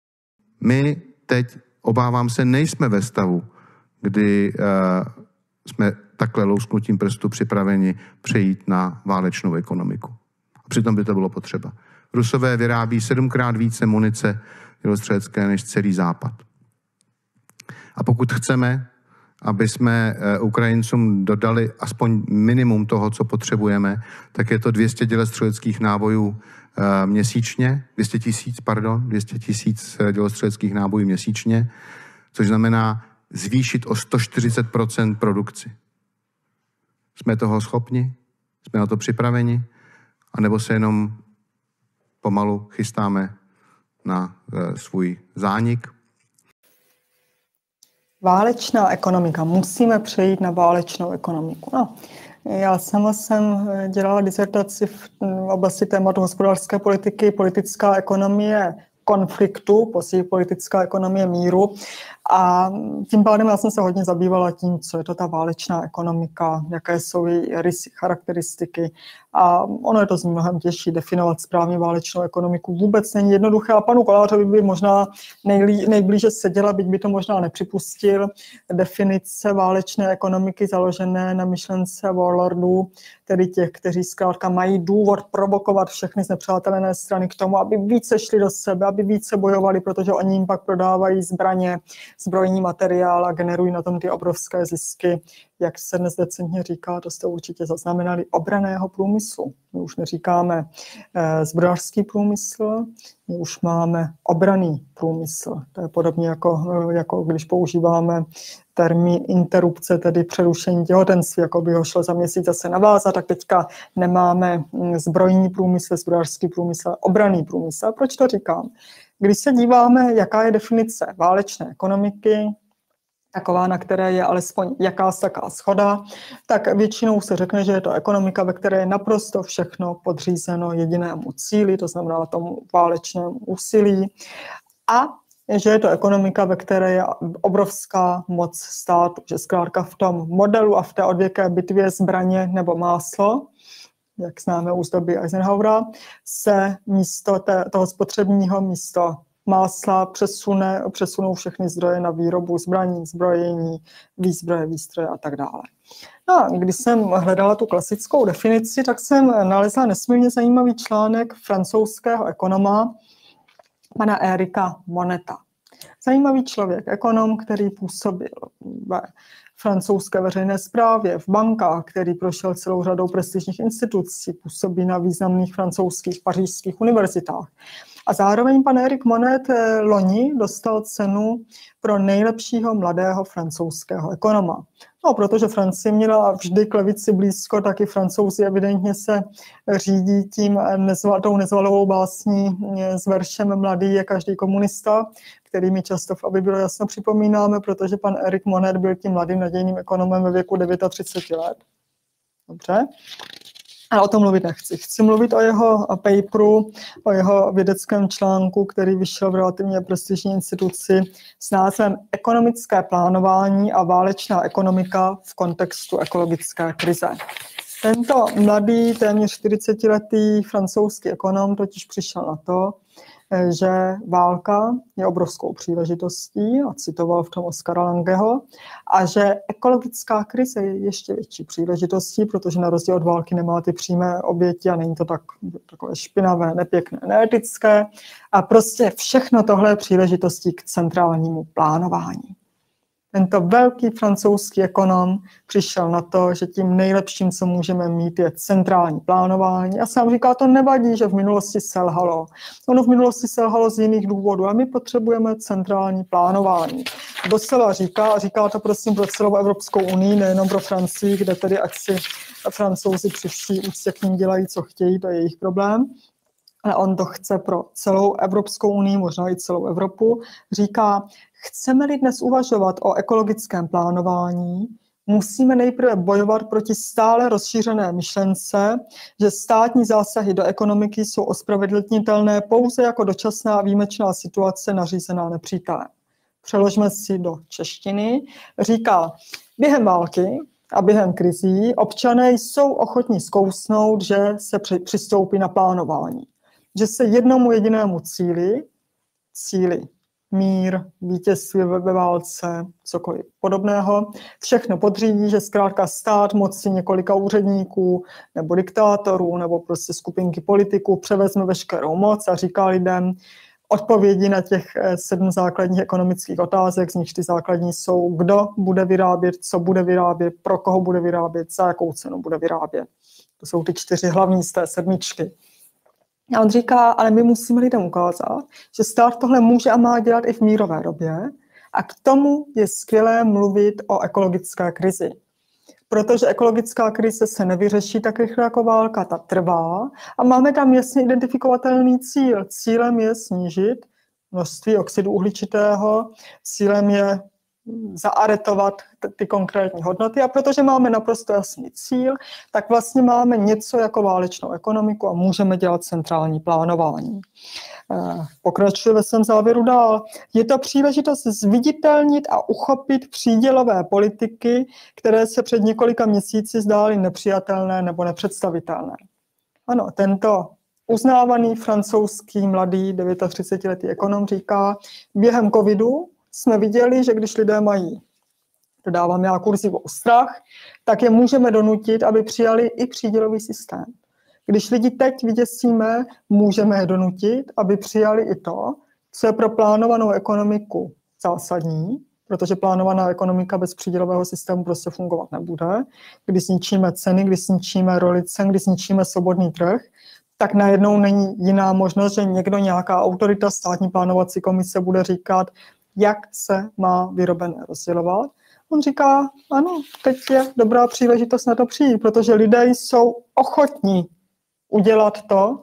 My teď, obávám se, nejsme ve stavu, kdy uh, jsme takhle lousknutím prstu připraveni přejít na válečnou ekonomiku. A přitom by to bylo potřeba. Rusové vyrábí sedmkrát více munice dělostřelecké než celý Západ. A pokud chceme, aby jsme Ukrajincům dodali aspoň minimum toho, co potřebujeme, tak je to dvě stě dělostřeleckých nábojů měsíčně, dvě stě tisíc, pardon, dvě stě tisíc dělostřeleckých nábojů měsíčně, což znamená zvýšit o sto čtyřicet procent produkci. Jsme toho schopni? Jsme na to připraveni? A nebo se jenom pomalu chystáme na e, svůj zánik? Válečná ekonomika. Musíme přejít na válečnou ekonomiku. No, já sama jsem dělala disertaci v oblasti tématu hospodářské politiky, politická ekonomie konfliktu, později politická ekonomie míru. A tím pádem já jsem se hodně zabývala tím, co je to ta válečná ekonomika, jaké jsou její rysy, charakteristiky. A ono je to z mnohem těžší definovat správně válečnou ekonomiku. Vůbec není jednoduché a panu Kolářovi by možná nejlí, nejblíže seděla, byť by to možná nepřipustil, definice válečné ekonomiky založené na myšlence warlordů, tedy těch, kteří zkrátka mají důvod provokovat všechny znepřátelené strany k tomu, aby více šli do sebe, aby více bojovali, protože oni jim pak prodávají zbraně, zbrojní materiál a generují na tom ty obrovské zisky, jak se dnes decentně říká, to jste určitě zaznamenali, obranného průmyslu. My už neříkáme eh, zbrojařský průmysl, my už máme obranný průmysl. To je podobně jako, jako když používáme termín interrupce, tedy přerušení těhotenství, jako by ho šlo za měsíc zase navázat, tak teďka nemáme zbrojní průmysl, zbrojařský průmysl, obranný průmysl. A proč to říkám? Když se díváme, jaká je definice válečné ekonomiky, taková, na které je alespoň jakási taká shoda, tak většinou se řekne, že je to ekonomika, ve které je naprosto všechno podřízeno jedinému cíli, to znamená tomu válečnému úsilí, a že je to ekonomika, ve které je obrovská moc státu, že zkrátka v tom modelu a v té odvěké bitvě zbraně nebo máslo, jak známe už z doby Eisenhowera, se místo té, toho spotřebního místo másla přesune, přesunou všechny zdroje na výrobu zbraní, zbrojení, výzbroje, výstroje a tak dále. No a když jsem hledala tu klasickou definici, tak jsem nalezla nesmírně zajímavý článek francouzského ekonoma, pana Erika Moneta. Zajímavý člověk, ekonom, který působil ve francouzské veřejné správě, v bankách, který prošel celou řadou prestižních institucí, působí na významných francouzských pařížských univerzitách. A zároveň pan Eric Monet loni dostal cenu pro nejlepšího mladého francouzského ekonoma. No, protože Francie měla vždy k levici blízko, tak i Francouzi evidentně se řídí tím nezval, tou nezvalovou básní s veršem Mladý je každý komunista, který mi často, aby bylo jasno, připomínáme, protože pan Eric Monet byl tím mladým nadějným ekonomem ve věku třicet devět let. Dobře. Ale o tom mluvit nechci. Chci mluvit o jeho paperu, o jeho vědeckém článku, který vyšel v relativně prestižní instituci s názvem Ekonomické plánování a válečná ekonomika v kontextu ekologické krize. Tento mladý, téměř čtyřicetiletý francouzský ekonom totiž přišel na to, že válka je obrovskou příležitostí, a citoval v tom Oskara Langeho, a že ekologická krize je ještě větší příležitostí, protože na rozdíl od války nemá ty přímé oběti a není to tak takové špinavé, nepěkné, neetické. A prostě všechno tohle je příležitostí k centrálnímu plánování. Tento velký francouzský ekonom přišel na to, že tím nejlepším, co můžeme mít, je centrální plánování. A sám říká, to nevadí, že v minulosti selhalo. Ono v minulosti selhalo z jiných důvodů a my potřebujeme centrální plánování. Doslova říká, a říká to prosím pro celou Evropskou unii, nejenom pro Francii, kde tedy ať si Francouzi při vší úctě k ním dělají, co chtějí, to je jejich problém. Ale on to chce pro celou Evropskou unii, možná i celou Evropu. Říká, chceme-li dnes uvažovat o ekologickém plánování, musíme nejprve bojovat proti stále rozšířené myšlence, že státní zásahy do ekonomiky jsou ospravedlnitelné pouze jako dočasná a výjimečná situace nařízená nepřítelem. Přeložme si do češtiny. Říká, během války a během krizí občané jsou ochotní zkousnout, že se přistoupí na plánování. Že se jednomu jedinému cíli, cíli mír, vítězství ve válce, cokoliv podobného, všechno podřídí, že zkrátka stát moci několika úředníků nebo diktátorů nebo prostě skupinky politiků převezme veškerou moc a říká lidem, odpovědi na těch sedm základních ekonomických otázek, z nich ty základní jsou, kdo bude vyrábět, co bude vyrábět, pro koho bude vyrábět, za jakou cenu bude vyrábět. To jsou ty čtyři hlavní z té sedmičky. A on říká, ale my musíme lidem ukázat, že stát tohle může a má dělat i v mírové době a k tomu je skvělé mluvit o ekologické krizi. Protože ekologická krize se nevyřeší tak rychle jako válka, ta trvá a máme tam jasně identifikovatelný cíl. Cílem je snížit množství oxidu uhličitého, cílem je zaaretovat ty konkrétní hodnoty a protože máme naprosto jasný cíl, tak vlastně máme něco jako válečnou ekonomiku a můžeme dělat centrální plánování. Pokračuji ve svém závěru dál. Je to příležitost zviditelnit a uchopit přídělové politiky, které se před několika měsíci zdály nepřijatelné nebo nepředstavitelné. Ano, tento uznávaný francouzský mladý třicetiletý ekonom říká, během covidu jsme viděli, že když lidé mají, to dávám já kurzivou, strach, tak je můžeme donutit, aby přijali i přídělový systém. Když lidi teď vyděsíme, můžeme je donutit, aby přijali i to, co je pro plánovanou ekonomiku zásadní, protože plánovaná ekonomika bez přídělového systému prostě fungovat nebude. Když zničíme ceny, když zničíme roli cen, když zničíme svobodný trh, tak najednou není jiná možnost, že někdo, nějaká autorita, státní plánovací komise bude říkat, jak se má vyrobené rozdělovat. On říká, ano, teď je dobrá příležitost na to přijít, protože lidé jsou ochotní udělat to,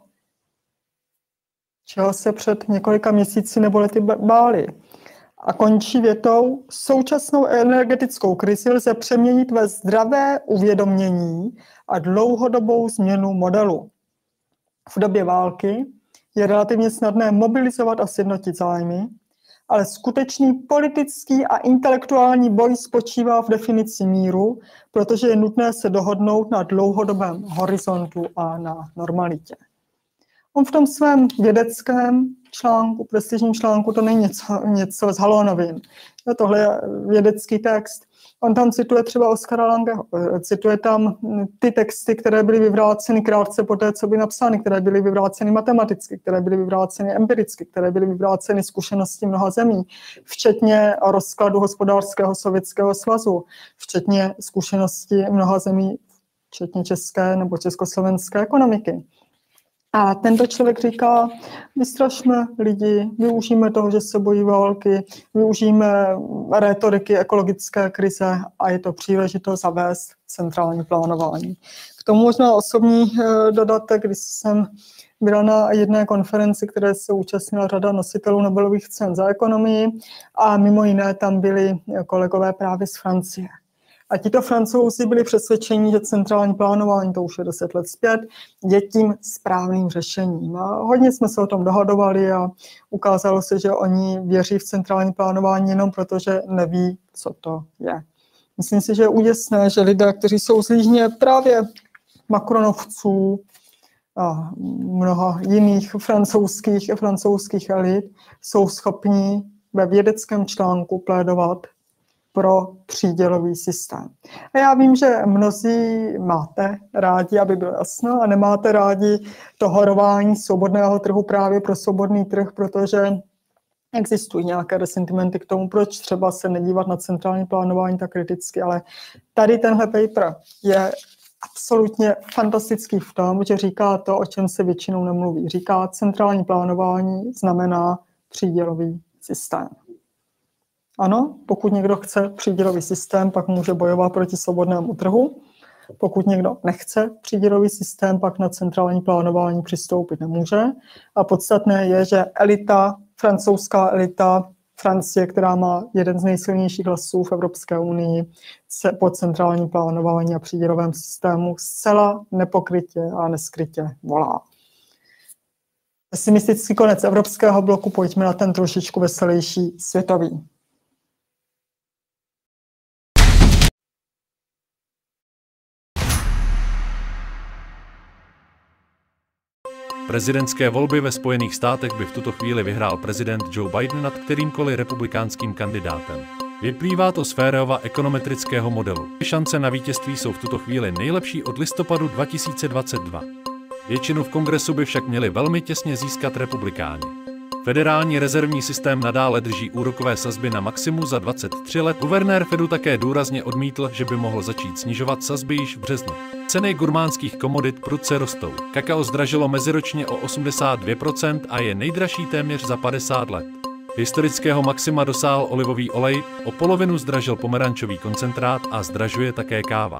čeho se před několika měsíci nebo lety báli. A končí větou, současnou energetickou krizi lze přeměnit ve zdravé uvědomění a dlouhodobou změnu modelu. V době války je relativně snadné mobilizovat a sjednotit zájmy, ale skutečný politický a intelektuální boj spočívá v definici míru, protože je nutné se dohodnout na dlouhodobém horizontu a na normalitě. On v tom svém vědeckém článku, prestižním článku, to není něco, něco z halonovin. No, tohle je vědecký text. On tam cituje třeba Oskara Langeho, cituje tam ty texty, které byly vyvráceny krátce po té, co byly napsány, které byly vyvráceny matematicky, které byly vyvráceny empiricky, které byly vyvráceny zkušeností mnoha zemí, včetně rozkladu hospodářského Sovětského svazu, včetně zkušeností mnoha zemí, včetně české nebo československé ekonomiky. A tento člověk říká, vystrašme lidi, využijeme toho, že se bojí války, využijeme rétoriky ekologické krize a je to příležitost zavést centrální plánování. K tomu možná osobní dodatek, když jsem byla na jedné konferenci, které se účastnila řada nositelů Nobelových cen za ekonomii a mimo jiné tam byli kolegové právě z Francie. A tito Francouzi byli přesvědčeni, že centrální plánování, to už je deset let zpět, je tím správným řešením. A hodně jsme se o tom dohadovali a ukázalo se, že oni věří v centrální plánování jenom proto, že neví, co to je. Myslím si, že je úděsné, že lidé, kteří jsou z líhně právě Macronovců a mnoha jiných francouzských, francouzských elit, jsou schopni ve vědeckém článku plédovat pro přídělový systém. A já vím, že mnozí máte rádi, aby bylo jasno, a nemáte rádi to horování svobodného trhu právě pro svobodný trh, protože existují nějaké resentimenty k tomu, proč třeba se nedívat na centrální plánování tak kriticky, ale tady tenhle paper je absolutně fantastický v tom, že říká to, o čem se většinou nemluví. Říká, centrální plánování znamená přídělový systém. Ano, pokud někdo chce přídělový systém, pak může bojovat proti svobodnému trhu. Pokud někdo nechce přídělový systém, pak na centrální plánování přistoupit nemůže. A podstatné je, že elita, francouzská elita Francie, která má jeden z nejsilnějších hlasů v Evropské unii, se pod centrální plánování a přídělovém systému zcela nepokrytě a neskrytě volá. Pesimistický konec evropského bloku, pojďme na ten trošičku veselější světový. Prezidentské volby ve Spojených státech by v tuto chvíli vyhrál prezident Joe Biden nad kterýmkoliv republikánským kandidátem. Vyplývá to z Férovova ekonometrického modelu. Šance na vítězství jsou v tuto chvíli nejlepší od listopadu dva tisíce dvacet dva. Většinu v kongresu by však měli velmi těsně získat republikáni. Federální rezervní systém nadále drží úrokové sazby na maximu za dvacet tři let. Guvernér Fedu také důrazně odmítl, že by mohl začít snižovat sazby již v březnu. Ceny gurmánských komodit prudce rostou. Kakao zdražilo meziročně o osmdesát dvě procent a je nejdražší téměř za padesát let. Historického maxima dosáhl olivový olej, o polovinu zdražil pomerančový koncentrát a zdražuje také káva.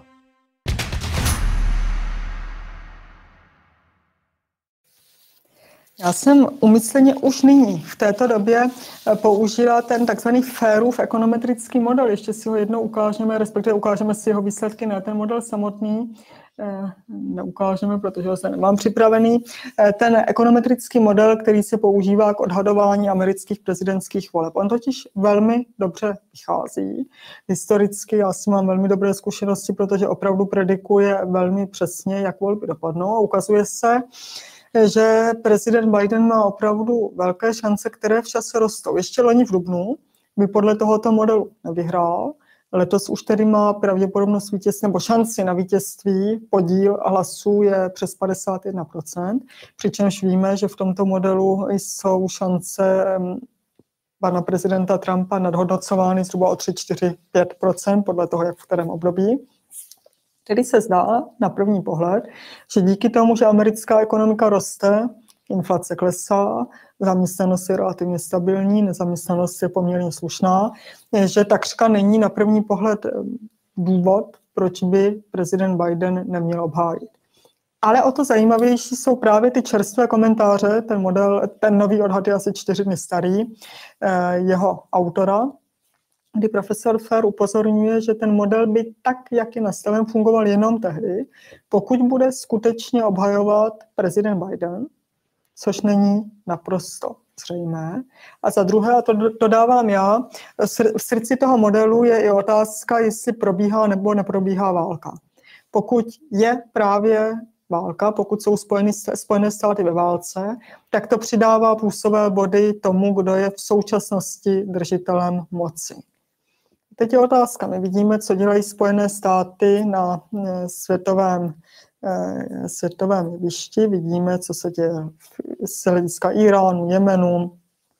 Já jsem umyslně už nyní v této době použila ten takzvaný Fairův ekonometrický model. Ještě si ho jednou ukážeme, respektive ukážeme si jeho výsledky na ten model samotný. Neukážeme, protože ho se nemám připravený. Ten ekonometrický model, který se používá k odhadování amerických prezidentských voleb. On totiž velmi dobře vychází. Historicky já si mám velmi dobré zkušenosti, protože opravdu predikuje velmi přesně, jak volby dopadnou. A ukazuje se, že prezident Biden má opravdu velké šance, které v čase rostou. Ještě loni v dubnu by podle tohoto modelu nevyhrál. Letos už tedy má pravděpodobnost vítězství, nebo šanci na vítězství, podíl hlasů je přes padesát jedna procent, přičemž víme, že v tomto modelu jsou šance pana prezidenta Trumpa nadhodnocovány zhruba o tři, čtyři, pět procent podle toho, jak v kterém období. Tedy se zdá na první pohled, že díky tomu, že americká ekonomika roste, inflace klesá, zaměstnanost je relativně stabilní, nezaměstnanost je poměrně slušná, že takřka není na první pohled důvod, proč by prezident Biden neměl obhájit. Ale o to zajímavější jsou právě ty čerstvé komentáře, ten model, ten nový odhad je asi čtyři dny starý, jeho autora, kdy profesor Fair upozorňuje, že ten model by tak, jak je nastaven, fungoval jenom tehdy, pokud bude skutečně obhajovat prezident Biden, což není naprosto zřejmé. A za druhé, a to dodávám já, v srdci toho modelu je i otázka, jestli probíhá nebo neprobíhá válka. Pokud je právě válka, pokud jsou Spojené, Spojené státy ve válce, tak to přidává plusové body tomu, kdo je v současnosti držitelem moci. Teď je otázka. My vidíme, co dělají Spojené státy na světovém, světovém jevišti. Vidíme, co se děje z hlediska Iránu, Jemenu.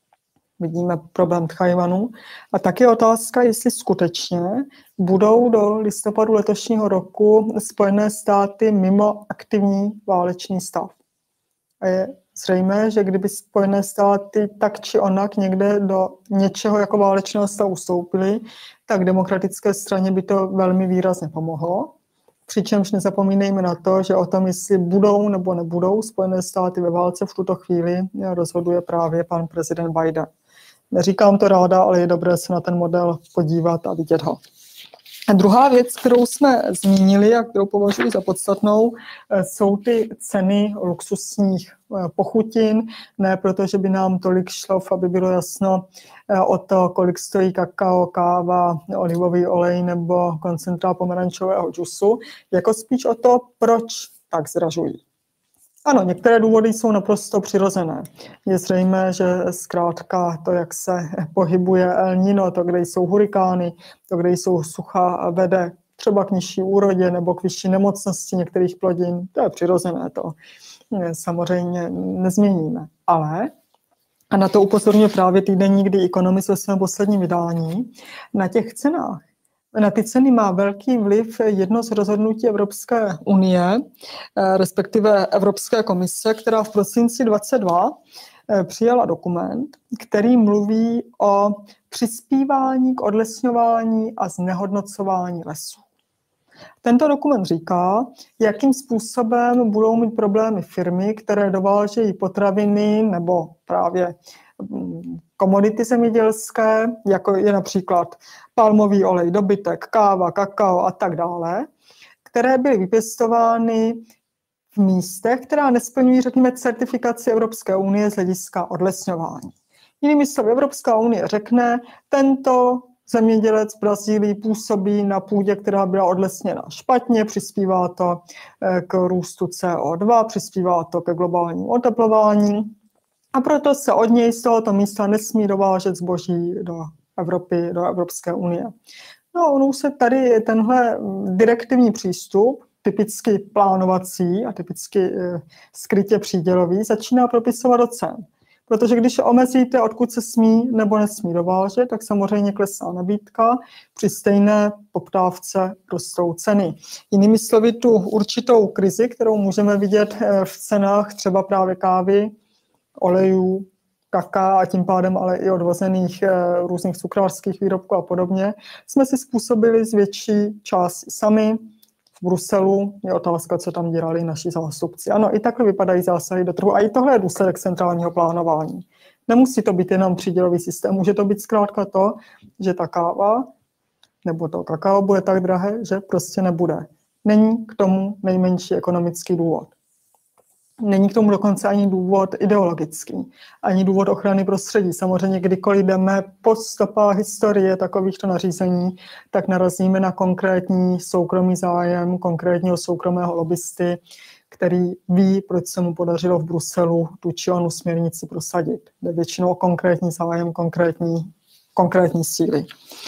Vidíme problém Tchajvanu. A tak je otázka, jestli skutečně budou do listopadu letošního roku Spojené státy mimo aktivní válečný stav. A je zřejmé, že kdyby Spojené státy tak či onak někde do něčeho jako válečného stavu vstoupily, tak demokratické straně by to velmi výrazně pomohlo. Přičemž nezapomínejme na to, že o tom, jestli budou nebo nebudou Spojené státy ve válce, v tuto chvíli rozhoduje právě pan prezident Biden. Neříkám to ráda, ale je dobré se na ten model podívat a vidět ho. A druhá věc, kterou jsme zmínili a kterou považuji za podstatnou, jsou ty ceny luxusních pochutin. Ne proto, že by nám tolik šlo, aby bylo jasno o to, kolik stojí kakao, káva, olivový olej nebo koncentrát pomerančového džusu, jako spíš o to, proč tak zdražují. Ano, některé důvody jsou naprosto přirozené. Je zřejmé, že zkrátka to, jak se pohybuje El Niño, to, kde jsou hurikány, to, kde jsou sucha, vede třeba k nižší úrodě nebo k vyšší nemocnosti některých plodin, to je přirozené, to samozřejmě nezměníme. Ale, a na to upozorňuje právě týdeník The Economist ve svém posledním vydání, na těch cenách, na ty ceny má velký vliv jedno z rozhodnutí Evropské unie, respektive Evropské komise, která v prosinci dvacet dva přijala dokument, který mluví o přispívání k odlesňování a znehodnocování lesů. Tento dokument říká, jakým způsobem budou mít problémy firmy, které dovážejí potraviny nebo právě komodity zemědělské, jako je například palmový olej, dobytek, káva, kakao a tak dále, které byly vypěstovány v místech, která nesplňují, řekněme, certifikaci Evropské unie z hlediska odlesňování. Jinými slovy, Evropská unie řekne, tento zemědělec v Brazílii působí na půdě, která byla odlesněna špatně, přispívá to k růstu C O dva, přispívá to ke globálnímu oteplování a proto se od něj z tohoto místa nesmí dovážet zboží do Evropy, do Evropské unie. No, on se tady tenhle direktivní přístup, typicky plánovací a typicky skrytě přídělový, začíná propisovat do cen. Protože když omezíte, odkud se smí nebo nesmí dovážet, tak samozřejmě klesá nabídka, při stejné poptávce rostou ceny. Jinými slovy, tu určitou krizi, kterou můžeme vidět v cenách třeba právě kávy, olejů, kaká a tím pádem ale i odvozených různých cukrářských výrobků a podobně, jsme si způsobili z větší části sami. V Bruselu je otázka, co tam dělali naši zástupci. Ano, i takhle vypadají zásahy do trhu a i tohle je důsledek centrálního plánování. Nemusí to být jenom přídělový systém, může to být zkrátka to, že ta káva nebo to kakao bude tak drahé, že prostě nebude. Není k tomu nejmenší ekonomický důvod. Není k tomu dokonce ani důvod ideologický, ani důvod ochrany prostředí. Samozřejmě, kdykoliv jdeme po stopách historie takovýchto nařízení, tak narazíme na konkrétní soukromý zájem, konkrétního soukromého lobbysty, který ví, proč se mu podařilo v Bruselu tu či onu směrnici prosadit. Jde většinou o konkrétní zájem, konkrétní, konkrétní síly.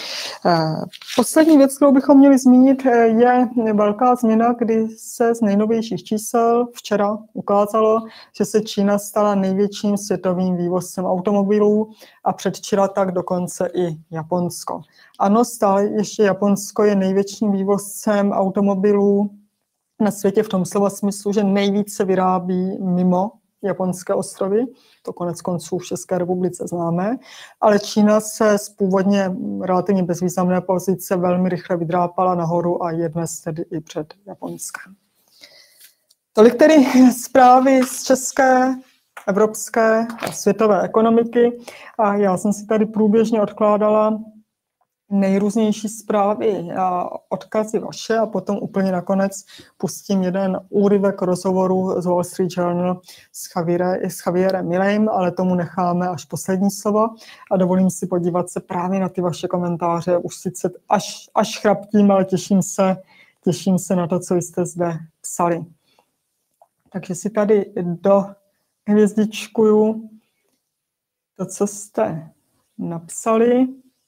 Poslední věc, kterou bychom měli zmínit, je velká změna, kdy se z nejnovějších čísel včera ukázalo, že se Čína stala největším světovým vývozcem automobilů a předvčera tak dokonce i Japonsko. Ano, stále ještě Japonsko je největším vývozcem automobilů na světě v tom slova smyslu, že nejvíce vyrábí mimo japonské ostrovy, to konec konců v České republice známe, ale Čína se z původně relativně bezvýznamné pozice velmi rychle vydrápala nahoru a je dnes tedy i před Japonskem. Tolik tedy zprávy z české, evropské a světové ekonomiky a já jsem si tady průběžně odkládala nejrůznější zprávy a odkazy vaše a potom úplně nakonec pustím jeden úryvek rozhovoru z Wall Street Journal s, Javiere, s Javierem Millejem, ale tomu necháme až poslední slovo a dovolím si podívat se právě na ty vaše komentáře. Už sice až, až chraptím, ale těším se, těším se na to, co jste zde psali. Takže si tady do hvězdičkuju to, co jste napsali.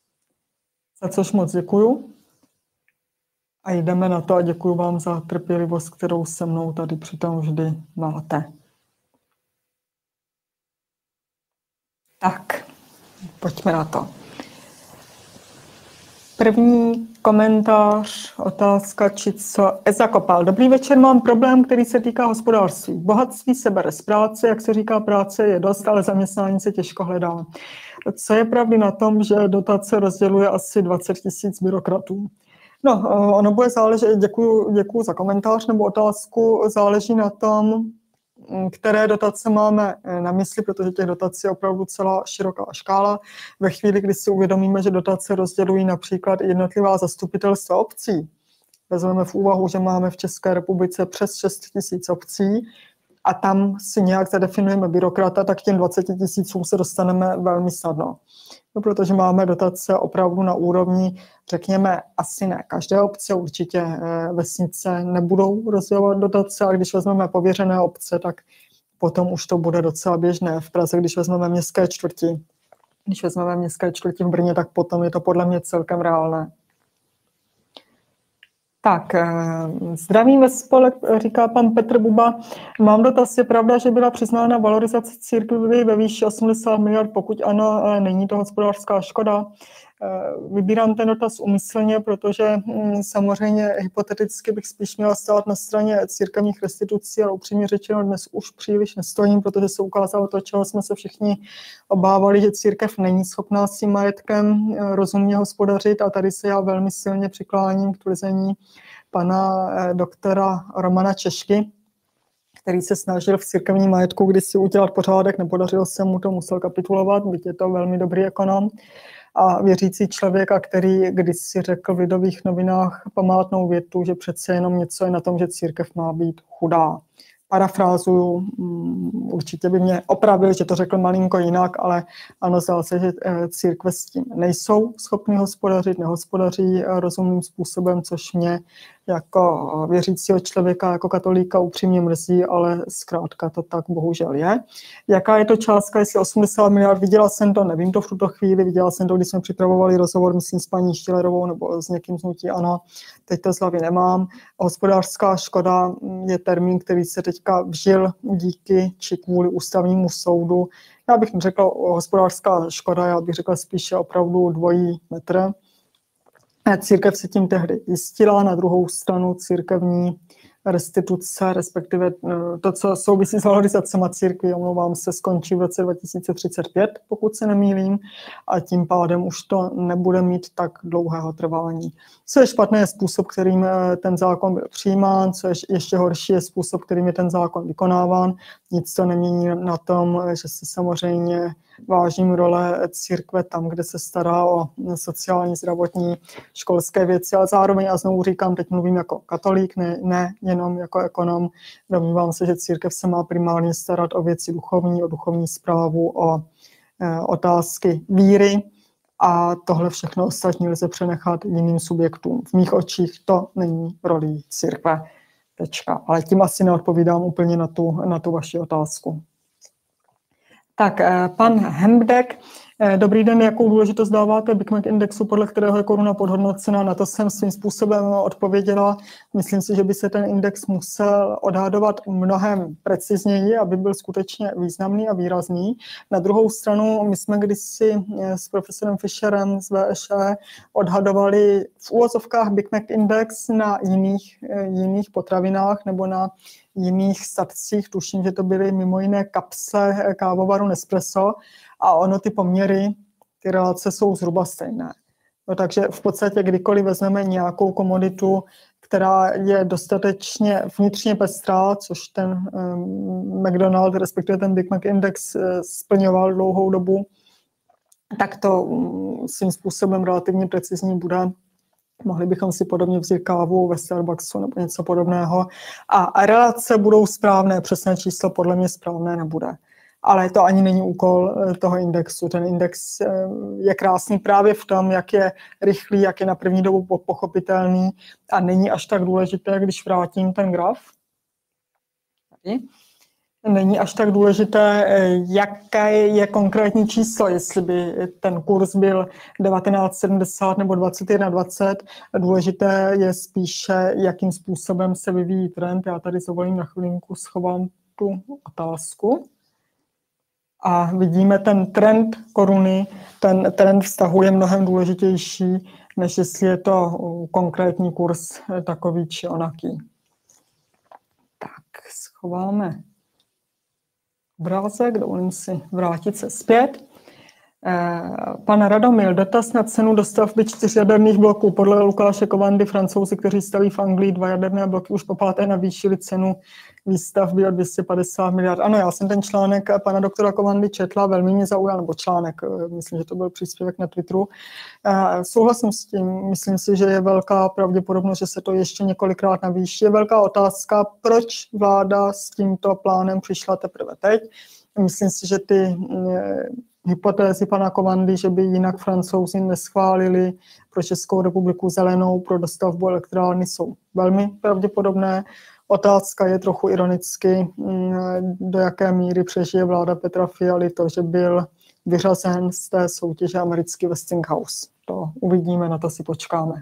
Za což moc děkuju. A jdeme na to a děkuju vám za trpělivost, kterou se mnou tady přitom vždy máte. Tak, pojďme na to. První komentář, otázka, či co Eza Kopal. Dobrý večer, mám problém, který se týká hospodářství. Bohatství se bere z práce, jak se říká, práce je dost, ale zaměstnání se těžko hledá. Co je pravdy na tom, že dotace rozděluje asi dvacet tisíc byrokratů? No, ono bude záležet, děkuju, děkuju za komentář nebo otázku, záleží na tom, které dotace máme na mysli, protože těch dotací je opravdu celá široká škála. Ve chvíli, kdy si uvědomíme, že dotace rozdělují například jednotlivá zastupitelstva obcí, vezmeme v úvahu, že máme v České republice přes šest tisíc obcí a tam si nějak zadefinujeme byrokrata, tak k těm dvaceti tisícům se dostaneme velmi snadno. No, protože máme dotace opravdu na úrovni, řekněme, asi ne každé obce, určitě vesnice nebudou rozdělovat dotace, a když vezmeme pověřené obce, tak potom už to bude docela běžné. V Praze, když vezmeme městské čtvrti, když vezmeme městské čtvrti v Brně, tak potom je to podle mě celkem reálné. Tak, zdravím ve spolek, říká pan Petr Buba. Mám dotaz, je pravda, že byla přiznána valorizace církví ve výši osmdesát miliard, pokud ano, není to hospodářská škoda? Vybírám ten dotaz úmyslně, protože samozřejmě hypoteticky bych spíš měla stát na straně církevních restitucí, ale upřímně řečeno dnes už příliš nestojím, protože se ukázalo to, čeho jsme se všichni obávali, že církev není schopná s tím majetkem rozumně hospodařit, a tady se já velmi silně přikláním k tvrzení pana doktora Romana Češky, který se snažil v církevním majetku kdysi udělat pořádek, nepodařilo se mu to, musel kapitulovat, byť je to velmi dobrý ekonom. A věřící člověka, který kdysi řekl v Lidových novinách památnou větu, že přece jenom něco je na tom, že církev má být chudá. Parafrázuju, určitě by mě opravil, že to řekl malinko jinak, ale ano, zdá se, že církve s tím nejsou schopny hospodařit, nehospodaří rozumným způsobem, což mě jako věřícího člověka, jako katolíka upřímně mrzí, ale zkrátka to tak bohužel je. Jaká je to částka, jestli osmdesát miliard, viděla jsem to, nevím to v tuto chvíli, viděla jsem to, když jsme připravovali rozhovor, myslím, s paní Štilerovou nebo s někým z hnutí ANO, teď to z hlavy nemám. Hospodářská škoda je termín, který se teďka vžil díky či kvůli ústavnímu soudu. já bych neřekla hospodářská škoda, já bych řekla spíše opravdu dvojí metr. Církev se tím tehdy jistila, na druhou stranu církevní restituce, respektive to, co souvisí s valorizacemi církví, omlouvám se, skončí v roce dva tisíce třicet pět, pokud se nemýlím, a tím pádem už to nebude mít tak dlouhého trvání. Co je špatné, je způsob, kterým ten zákon byl přijímán, co je ještě horší, je způsob, kterým je ten zákon vykonáván. Nic to nemění na tom, že se samozřejmě vážím role církve tam, kde se stará o sociální, zdravotní, školské věci, ale zároveň, a znovu říkám, teď mluvím jako katolík, ne, ne jenom jako ekonom, domnívám se, že církev se má primárně starat o věci duchovní, o duchovní správu, o e, otázky víry a tohle všechno ostatní lze přenechat jiným subjektům. V mých očích to není rolí církve. Tečka. Ale tím asi neodpovídám úplně na tu, na tu vaši otázku. Tak, pan Hembdek, dobrý den, jakou důležitost dáváte Big Mac indexu, podle kterého je koruna podhodnocena? Na to jsem svým způsobem odpověděla. Myslím si, že by se ten index musel odhadovat mnohem precizněji, aby byl skutečně významný a výrazný. Na druhou stranu, my jsme kdysi s profesorem Fischerem z V Š E odhadovali v úvozovkách Big Mac index na jiných, jiných potravinách nebo na jiných statcích, tuším, že to byly mimo jiné kapsle kávovaru Nespresso a ono ty poměry, ty relace jsou zhruba stejné. No, takže v podstatě kdykoliv vezmeme nějakou komoditu, která je dostatečně vnitřně pestrá, což ten um, McDonald, respektive ten Big Mac Index uh, splňoval dlouhou dobu, tak to um, svým způsobem relativně precizní bude. Mohli bychom si podobně vzít kávu ve Starbucksu nebo něco podobného. A relace budou správné, přesné číslo podle mě správné nebude. Ale to ani není úkol toho indexu. Ten index je krásný právě v tom, jak je rychlý, jak je na první dobu pochopitelný a není až tak důležité, když vrátím ten graf. Tady. Není až tak důležité, jaké je konkrétní číslo, jestli by ten kurz byl devatenáct sedmdesát nebo dvacet jedna dvacet. Důležité je spíše, jakým způsobem se vyvíjí trend. Já tady zvolím na chvilinku, schovám tu otázku. A vidíme ten trend koruny, ten trend vztahu je mnohem důležitější, než jestli je to konkrétní kurz takový či onaký. Tak, schováme obrázek, dovolím si vrátit se zpět. Pan Radomil, dotaz na cenu dostavby čtyř jaderných bloků. Podle Lukáše Kovandy Francouzi, kteří staví v Anglii dva jaderné bloky, už po páté navýšili cenu výstavby o dvě stě padesát miliard. Ano, já jsem ten článek pana doktora Kovandy četla, velmi mě zaujal, nebo článek, myslím, že to byl příspěvek na Twitteru. Souhlasím s tím, myslím si, že je velká pravděpodobnost, že se to ještě několikrát navýší. Je velká otázka, proč vláda s tímto plánem přišla teprve teď. Myslím si, že ty hypotézy pana Kovandy, že by jinak Francouzi neschválili pro Českou republiku zelenou pro dostavbu elektrárny, jsou velmi pravděpodobné. Otázka je trochu ironicky, do jaké míry přežije vláda Petra Fialy to, že byl vyřazen z té soutěže americký Westinghouse. To uvidíme, na to si počkáme.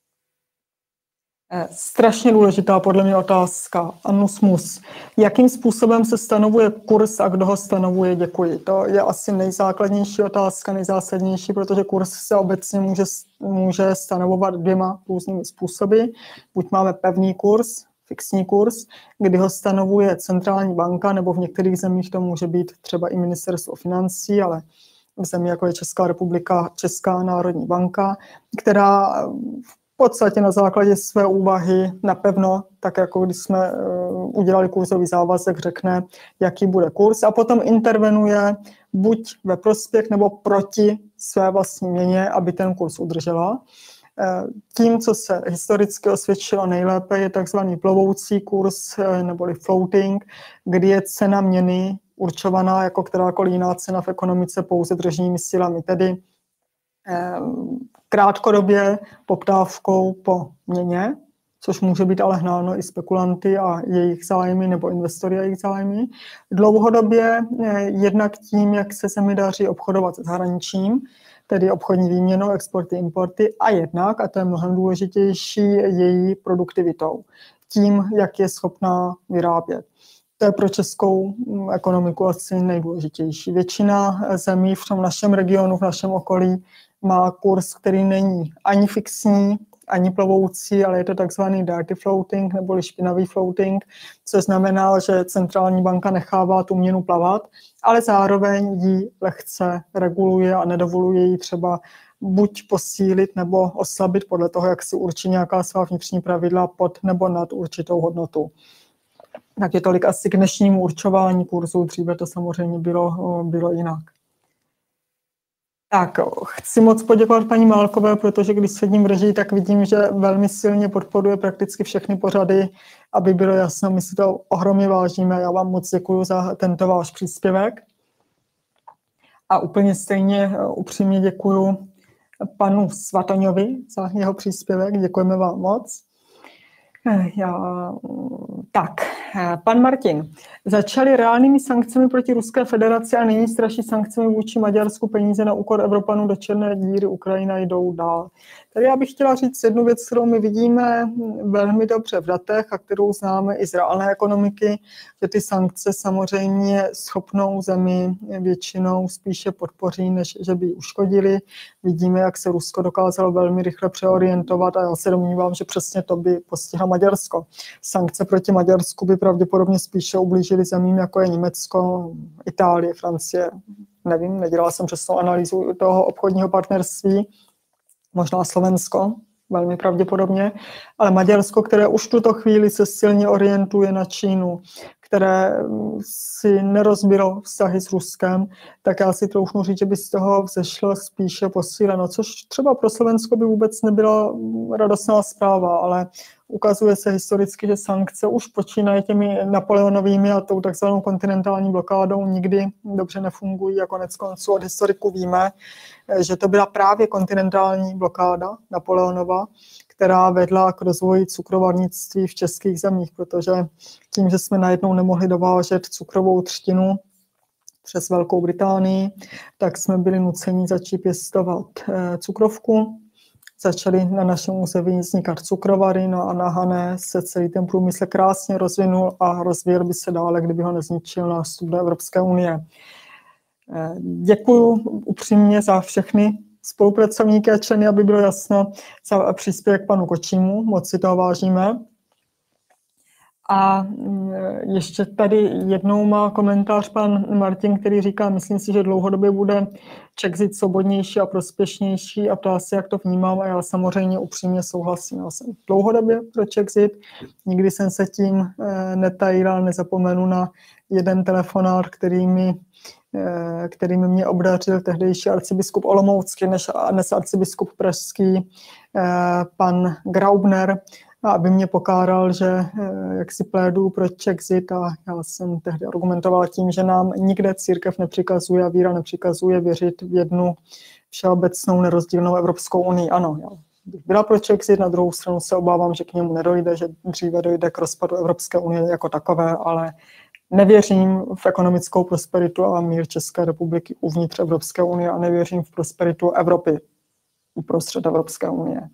Strašně důležitá podle mě otázka. Annus mus. Jakým způsobem se stanovuje kurz a kdo ho stanovuje? Děkuji. To je asi nejzákladnější otázka, nejzásadnější, protože kurz se obecně může, může stanovovat dvěma různými způsoby. Buď máme pevný kurz, fixní kurz, kdy ho stanovuje centrální banka, nebo v některých zemích to může být třeba i ministerstvo financí, ale v zemi jako je Česká republika, Česká národní banka, která v podstatě na základě své úvahy napevno, tak jako když jsme udělali kurzový závazek, řekne, jaký bude kurz a potom intervenuje buď ve prospěch nebo proti své vlastní měně, aby ten kurz udržela. Tím, co se historicky osvědčilo nejlépe, je takzvaný plovoucí kurz neboli floating, kdy je cena měny určovaná jako kterákoliv jiná cena v ekonomice pouze tržními silami, tedy krátkodobě poptávkou po měně, což může být ale hnáno i spekulanty a jejich zájmy nebo investory a jejich zájmy. Dlouhodobě jednak tím, jak se zemi daří obchodovat s zahraničím, tedy obchodní výměnou, exporty, importy, a jednak, a to je mnohem důležitější, její produktivitou. Tím, jak je schopná vyrábět. To je pro českou ekonomiku asi nejdůležitější. Většina zemí v tom našem regionu, v našem okolí má kurz, který není ani fixní, ani plovoucí, ale je to takzvaný dirty floating neboli špinavý floating, což znamená, že centrální banka nechává tu měnu plavat, ale zároveň ji lehce reguluje a nedovoluje jí třeba buď posílit nebo oslabit podle toho, jak si určí nějaká svá vnitřní pravidla pod nebo nad určitou hodnotu. Tak je tolik asi k dnešnímu určování kurzu, dříve to samozřejmě bylo, bylo jinak. Tak, chci moc poděkovat paní Málkové, protože když sedím v režii, tak vidím, že velmi silně podporuje prakticky všechny pořady, aby bylo jasno, my si to ohromně vážíme. Já vám moc děkuji za tento váš příspěvek. A úplně stejně upřímně děkuji panu Svatoňovi za jeho příspěvek. Děkujeme vám moc. Já, tak, pan Martin. Začali reálnými sankcemi proti Ruské federaci a nyní straší sankcemi vůči Maďarsku, peníze na úkor Evropanů do černé díry, Ukrajina jdou dál. Tady já bych chtěla říct jednu věc, kterou my vidíme velmi dobře v datech a kterou známe i z reálné ekonomiky, že ty sankce samozřejmě schopnou zemi většinou spíše podpoří, než že by ji uškodili. Vidíme, jak se Rusko dokázalo velmi rychle přeorientovat a já se domnívám, že přesně to by postihlo Maďarsko. Sankce proti Maďarsku by pravděpodobně spíše ublížily zemím, jako je Německo, Itálie, Francie. Nevím, nedělala jsem přesnou analýzu toho obchodního partnerství, možná Slovensko, velmi pravděpodobně, ale Maďarsko, které už v tuto chvíli se silně orientuje na Čínu, které si nerozbilo vztahy s Ruskem, tak já si troufnu říct, že by z toho vzešlo spíše posíleno, což třeba pro Slovensko by vůbec nebyla radostná zpráva, ale ukazuje se historicky, že sankce už počínají těmi napoleonovými a tou takzvanou kontinentální blokádou nikdy dobře nefungují a konec konců od historiků víme, že to byla právě kontinentální blokáda Napoleonova, která vedla k rozvoji cukrovarnictví v českých zemích, protože tím, že jsme najednou nemohli dovážet cukrovou třtinu přes Velkou Británii, tak jsme byli nuceni začít pěstovat cukrovku. Začaly na našem území vznikat cukrovary, no a na Hané se celý ten průmysl krásně rozvinul a rozvíjel by se dále, kdyby ho nezničil nástup do Evropské unie. Děkuji upřímně za všechny spolupracovníky a členy, aby bylo jasno, za příspěvek panu Kočímu, moc si toho vážíme. A ještě tady jednou má komentář pan Martin, který říká, myslím si, že dlouhodobě bude Czexit svobodnější a prospěšnější a ptá se, jak to vnímám a já samozřejmě upřímně souhlasím. Já jsem dlouhodobě pro Czexit, nikdy jsem se tím netajila, nezapomenu na jeden telefonát, který mi který mě obdařil tehdejší arcibiskup Olomoucký, než dnes arcibiskup pražský, pan Graubner, aby mě pokáral, že jak si plédu pro Czexit a já jsem tehdy argumentovala tím, že nám nikde církev nepřikazuje a víra nepřikazuje věřit v jednu všeobecnou nerozdílnou Evropskou unii. Ano, já bych byla pro Czexit, na druhou stranu se obávám, že k němu nedojde, že dříve dojde k rozpadu Evropské unie jako takové, ale nevěřím v ekonomickou prosperitu a mír České republiky uvnitř Evropské unie a nevěřím v prosperitu Evropy uprostřed Evropské unie.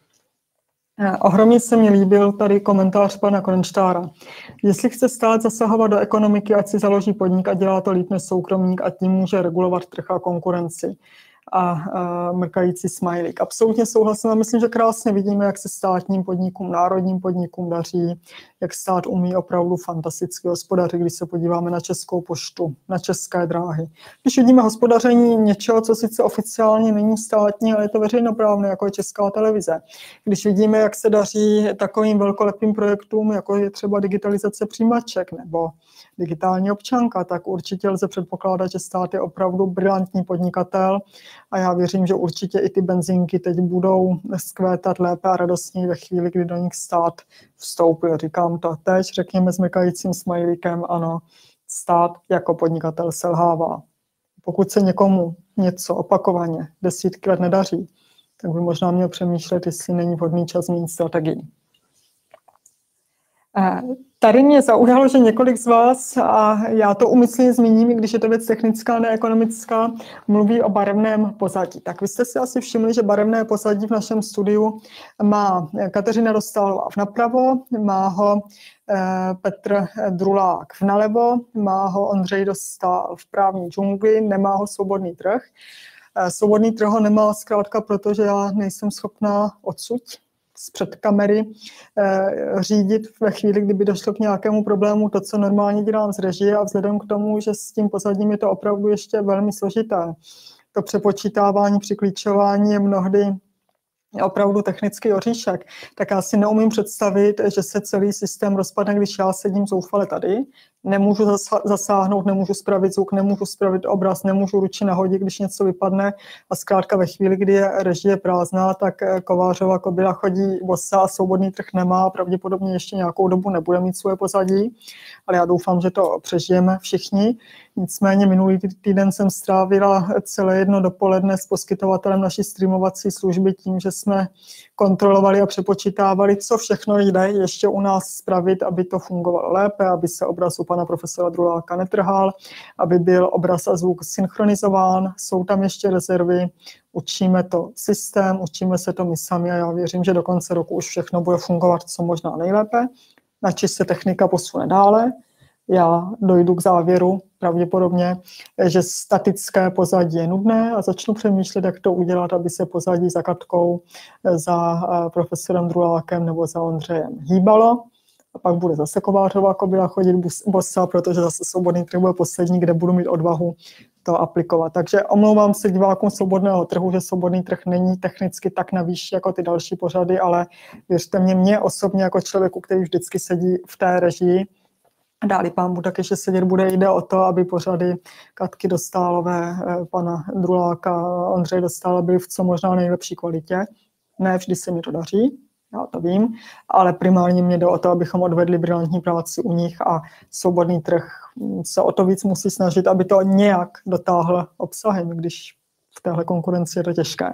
Ohromně se mi líbil tady komentář pana Kronštára. Jestli chce stát zasahovat do ekonomiky, ať si založí podnik a dělá to líp než soukromník a tím může regulovat trh a konkurenci. A, a mrkající smajlík. Absolutně souhlasím a myslím, že krásně vidíme, jak se státním podnikům, národním podnikům daří, jak stát umí opravdu fantasticky hospodařit, když se podíváme na Českou poštu, na České dráhy. Když vidíme hospodaření něčeho, co sice oficiálně není státní, ale je to veřejnoprávné, jako je Česká televize. Když vidíme, jak se daří takovým velkolepým projektům, jako je třeba digitalizace přijímaček nebo digitální občanka, tak určitě lze předpokládat, že stát je opravdu brilantní podnikatel a já věřím, že určitě i ty benzínky teď budou skvétat lépe a radostněji ve chvíli, kdy do nich stát vstoupil. Říkám to teď, řekněme s mrkajícím smajlíkem, ano, stát jako podnikatel selhává. Pokud se někomu něco opakovaně desítky let nedaří, tak by možná měl přemýšlet, jestli není vhodný čas změnit strategii. Tady mě zaujalo, že několik z vás, a já to umyslně zmíním, i když je to věc technická, ne ekonomická, mluví o barevném pozadí. Tak vy jste si asi všimli, že barevné pozadí v našem studiu má Kateřina Dostálová vnapravo, má ho Petr Drulák vnalevo, má ho Ondřej Dostál v právní džungli, nemá ho Svobodný trh. Svobodný trh ho nemá zkrátka, protože já nejsem schopná odsud zpřed kamery eh, řídit ve chvíli, kdyby došlo k nějakému problému to, co normálně dělám z režie, a vzhledem k tomu, že s tím pozadím je to opravdu ještě velmi složité. To přepočítávání, přiklíčování je mnohdy opravdu technický oříšek, tak já si neumím představit, že se celý systém rozpadne, když já sedím zoufale tady, nemůžu zasáhnout, nemůžu spravit zvuk, nemůžu spravit obraz, nemůžu ruči nahodit, když něco vypadne, a zkrátka ve chvíli, kdy je režie prázdná, tak Kovářova kobila chodí bosa a Svobodný trh nemá, pravděpodobně ještě nějakou dobu nebude mít svoje pozadí, ale já doufám, že to přežijeme všichni. Nicméně minulý týden jsem strávila celé jedno dopoledne s poskytovatelem naší streamovací služby tím, že jsme kontrolovali a přepočítávali, co všechno jde ještě u nás spravit, aby to fungovalo lépe, aby se obraz u pana profesora Druláka netrhal, aby byl obraz a zvuk synchronizován. Jsou tam ještě rezervy, učíme to systém, učíme se to my sami a já věřím, že do konce roku už všechno bude fungovat co možná nejlépe. Načež se technika posune dále. Já dojdu k závěru pravděpodobně, že statické pozadí je nudné a začnu přemýšlet, jak to udělat, aby se pozadí za Katkou, za profesorem Drulákem nebo za Ondřejem hýbalo. A pak bude zase Kovářová kobila chodit bosa, protože zase Svobodný trh bude poslední, kde budu mít odvahu to aplikovat. Takže omlouvám se divákům Svobodného trhu, že Svobodný trh není technicky tak na výši jako ty další pořady, ale věřte mě, mě osobně jako člověku, který vždycky sedí v té režii, dáli pán Bůh, tak ještě sedět bude, jde o to, aby pořady Katky Dostálové, pana Druláka, Ondřeje Dostála byly v co možná nejlepší kvalitě. Ne vždy se mi to daří, já to vím, ale primárně mě jde o to, abychom odvedli brilantní práci u nich a Svobodný trh se o to víc musí snažit, aby to nějak dotáhl obsahem, když v téhle konkurenci je to těžké.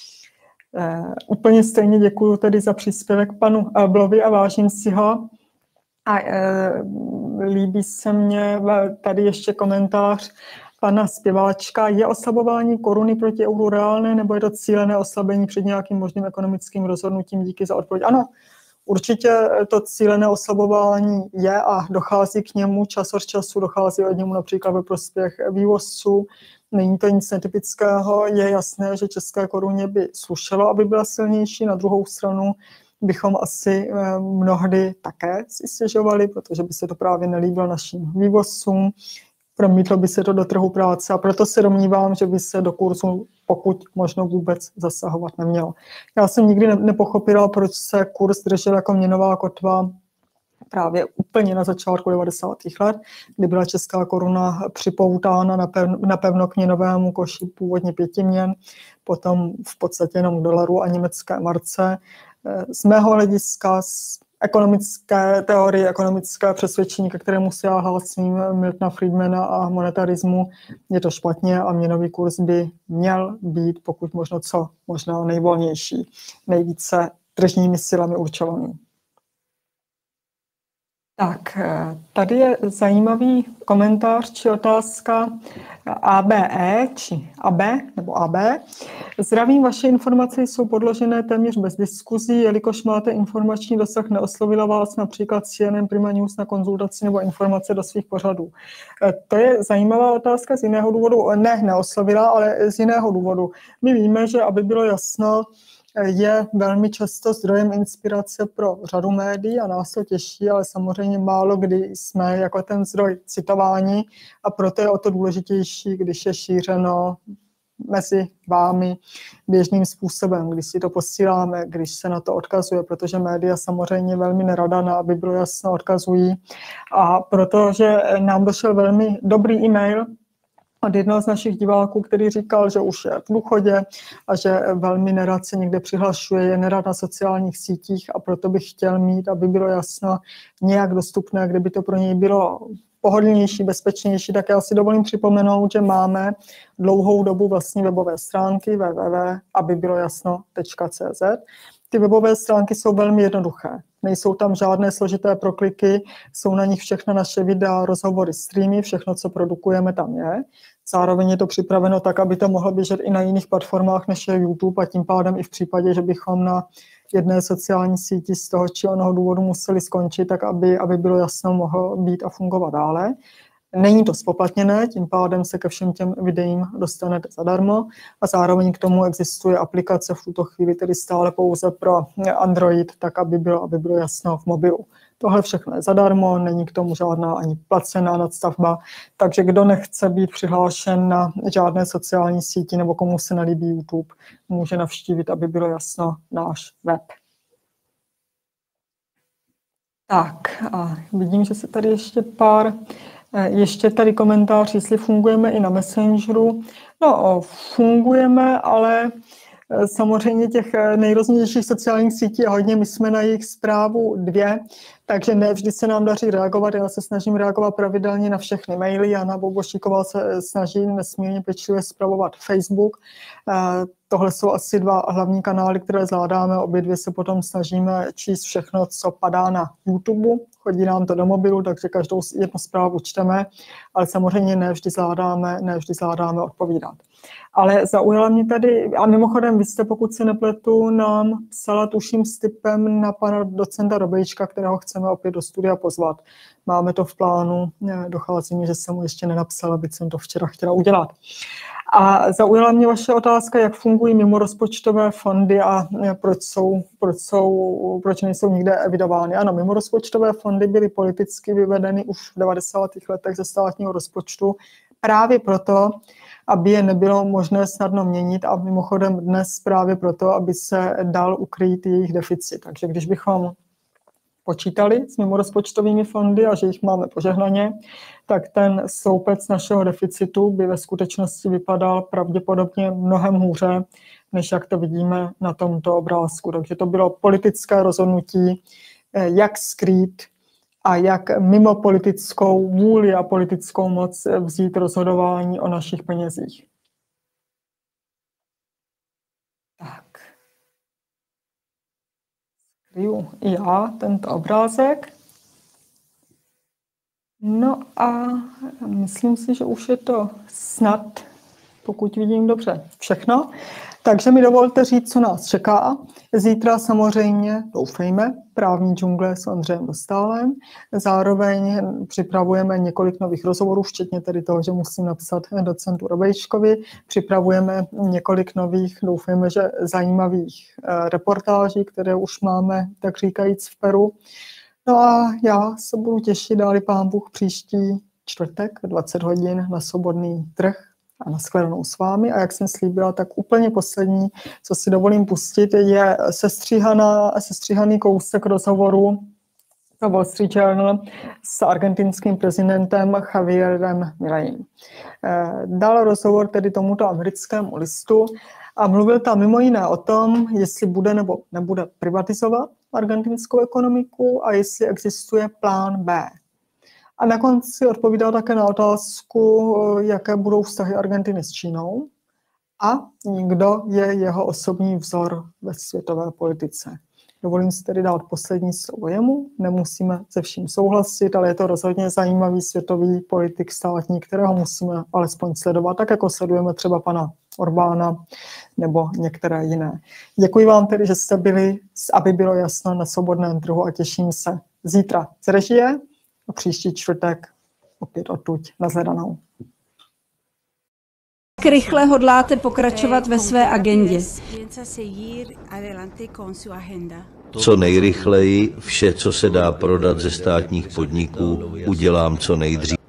Uh, úplně stejně děkuji tedy za příspěvek panu Elblovi a vážím si ho. A e, líbí se mně tady ještě komentář pana zpěváčka. Je oslabování koruny proti euru reálné, nebo je to cílené oslabení před nějakým možným ekonomickým rozhodnutím? Díky za odpověď. Ano, určitě to cílené oslabování je a dochází k němu, čas od času dochází od němu například ve prospěch vývozců. Není to nic netypického, je jasné, že české koruně by slušelo, aby byla silnější. Na druhou stranu bychom asi mnohdy také si stěžovali, protože by se to právě nelíbilo našim vývozcům, promítlo by se to do trhu práce a proto se domnívám, že by se do kurzu pokud možno vůbec zasahovat nemělo. Já jsem nikdy nepochopila, proč se kurz držel jako měnová kotva právě úplně na začátku devadesátých let, kdy byla česká koruna připoutána na, pev, na pevno k měnovému koši původně pěti měn, potom v podstatě jenom k dolaru a německé marce. Z mého hlediska, z ekonomické teorie, ekonomické přesvědčení, ke kterému se já hlásím, Miltona Friedmana a monetarismu, je to špatně a měnový kurz by měl být pokud možno co možná nejvolnější, nejvíce tržními silami určovaný. Tak, tady je zajímavý komentář či otázka A B E či A B nebo A B. Zdravím, vaše informace jsou podložené téměř bez diskuzí, jelikož máte informační dosah, neoslovila vás například C N N Prima News na konzultaci nebo informace do svých pořadů. To je zajímavá otázka z jiného důvodu. Ne, neoslovila, ale z jiného důvodu. My víme, že aby bylo jasno, je velmi často zdrojem inspirace pro řadu médií a nás to těší, ale samozřejmě málo kdy jsme jako ten zdroj citováni a proto je o to důležitější, když je šířeno mezi vámi běžným způsobem, když si to posíláme, když se na to odkazuje, protože média samozřejmě velmi nerada, na aby bylo jasno, odkazují. A protože nám došel velmi dobrý e-mail od jednoho z našich diváků, který říkal, že už je v důchodě a že velmi nerad se někde přihlašuje, je nerad na sociálních sítích a proto bych chtěl mít, aby bylo jasno nějak dostupné, kde by to pro něj bylo pohodlnější, bezpečnější, tak já si dovolím připomenout, že máme dlouhou dobu vlastní webové stránky w w w tečka aby bylo jasno tečka c z. Ty webové stránky jsou velmi jednoduché. Nejsou tam žádné složité prokliky, jsou na nich všechna naše videa, rozhovory, streamy, všechno, co produkujeme, tam je. Zároveň je to připraveno tak, aby to mohlo běžet i na jiných platformách, než je YouTube, a tím pádem i v případě, že bychom na jedné sociální síti z toho či onoho důvodu museli skončit, tak aby, aby bylo jasno, mohlo být a fungovat dále. Není to spoplatněné, tím pádem se ke všem těm videím dostanete zadarmo a zároveň k tomu existuje aplikace v tuto chvíli, tedy stále pouze pro Android, tak aby bylo, aby bylo jasno v mobilu. Tohle všechno je zadarmo, není k tomu žádná ani placená nadstavba, takže kdo nechce být přihlášen na žádné sociální síti nebo komu se nelíbí YouTube, může navštívit, aby bylo jasno, náš web. Tak a vidím, že se tady ještě pár, ještě tady komentář, jestli fungujeme i na Messengeru. No, fungujeme, ale samozřejmě těch nejrůznějších sociálních sítí je hodně, my jsme na jejich zprávu dvě, takže ne vždy se nám daří reagovat, já se snažím reagovat pravidelně na všechny maily, Jana Bobošíková se snaží nesmírně pečlivě spravovat Facebook. Tohle jsou asi dva hlavní kanály, které zvládáme, obě dvě se potom snažíme číst všechno, co padá na YouTube. Chodí nám to do mobilu, takže každou jednu zprávu čteme, ale samozřejmě ne vždy zvládáme, ne vždy zvládáme odpovídat. Ale zaujala mě tady, a mimochodem vy jste, pokud se nepletu, nám psala tuším s tipem na pana docenta Robejčka, kterého chceme opět do studia pozvat. Máme to v plánu, dochází mi, že jsem mu ještě nenapsala, byť jsem to včera chtěla udělat. A zaujala mě vaše otázka, jak fungují mimorozpočtové fondy a proč, jsou, proč, jsou, proč nejsou nikde evidovány. Ano, mimorozpočtové fondy byly politicky vyvedeny už v devadesátých letech ze státního rozpočtu právě proto, aby je nebylo možné snadno měnit a mimochodem dnes právě proto, aby se dal ukrýt jejich deficit. Takže když bychom počítali s mimorozpočtovými fondy a že jich máme požehnaně, tak ten sloupec našeho deficitu by ve skutečnosti vypadal pravděpodobně mnohem hůře, než jak to vidíme na tomto obrázku. Takže to bylo politické rozhodnutí, jak skrýt a jak mimo politickou vůli a politickou moc vzít rozhodování o našich penězích. Tak. Skryju i já tento obrázek. No a myslím si, že už je to snad, pokud vidím dobře, všechno. Takže mi dovolte říct, co nás čeká. Zítra samozřejmě, doufejme, právní džungle s Ondřejem Dostálem. Zároveň připravujeme několik nových rozhovorů, včetně tedy toho, že musím napsat docentu Robejčkovi. Připravujeme několik nových, doufejme, že zajímavých reportáží, které už máme, tak říkajíc, v Peru. No a já se budu těšit, dá-li pán Bůh, příští čtvrtek dvacet hodin na Svobodný trh a nashledanou s vámi. A jak jsem slíbila, tak úplně poslední, co si dovolím pustit, je sestříhaný kousek rozhovoru pro Wall Street Journal s argentinským prezidentem Javierem Mileim. Dal rozhovor tedy tomuto americkému listu a mluvil tam mimo jiné o tom, jestli bude nebo nebude privatizovat argentinskou ekonomiku a jestli existuje plán B. A na konci odpovídal také na otázku, jaké budou vztahy Argentiny s Čínou a kdo je jeho osobní vzor ve světové politice. Dovolím si tedy dát poslední slovo jemu, nemusíme se vším souhlasit, ale je to rozhodně zajímavý světový politik státní, kterého musíme alespoň sledovat, tak jako sledujeme třeba pana Orbána nebo některé jiné. Děkuji vám tedy, že jste byli, aby bylo jasno, na Svobodném trhu a těším se zítra z režie a příští čtvrtek opět odtud nashledanou. Jak rychle hodláte pokračovat ve své agendě? Co nejrychleji, vše, co se dá prodat ze státních podniků, udělám co nejdřív.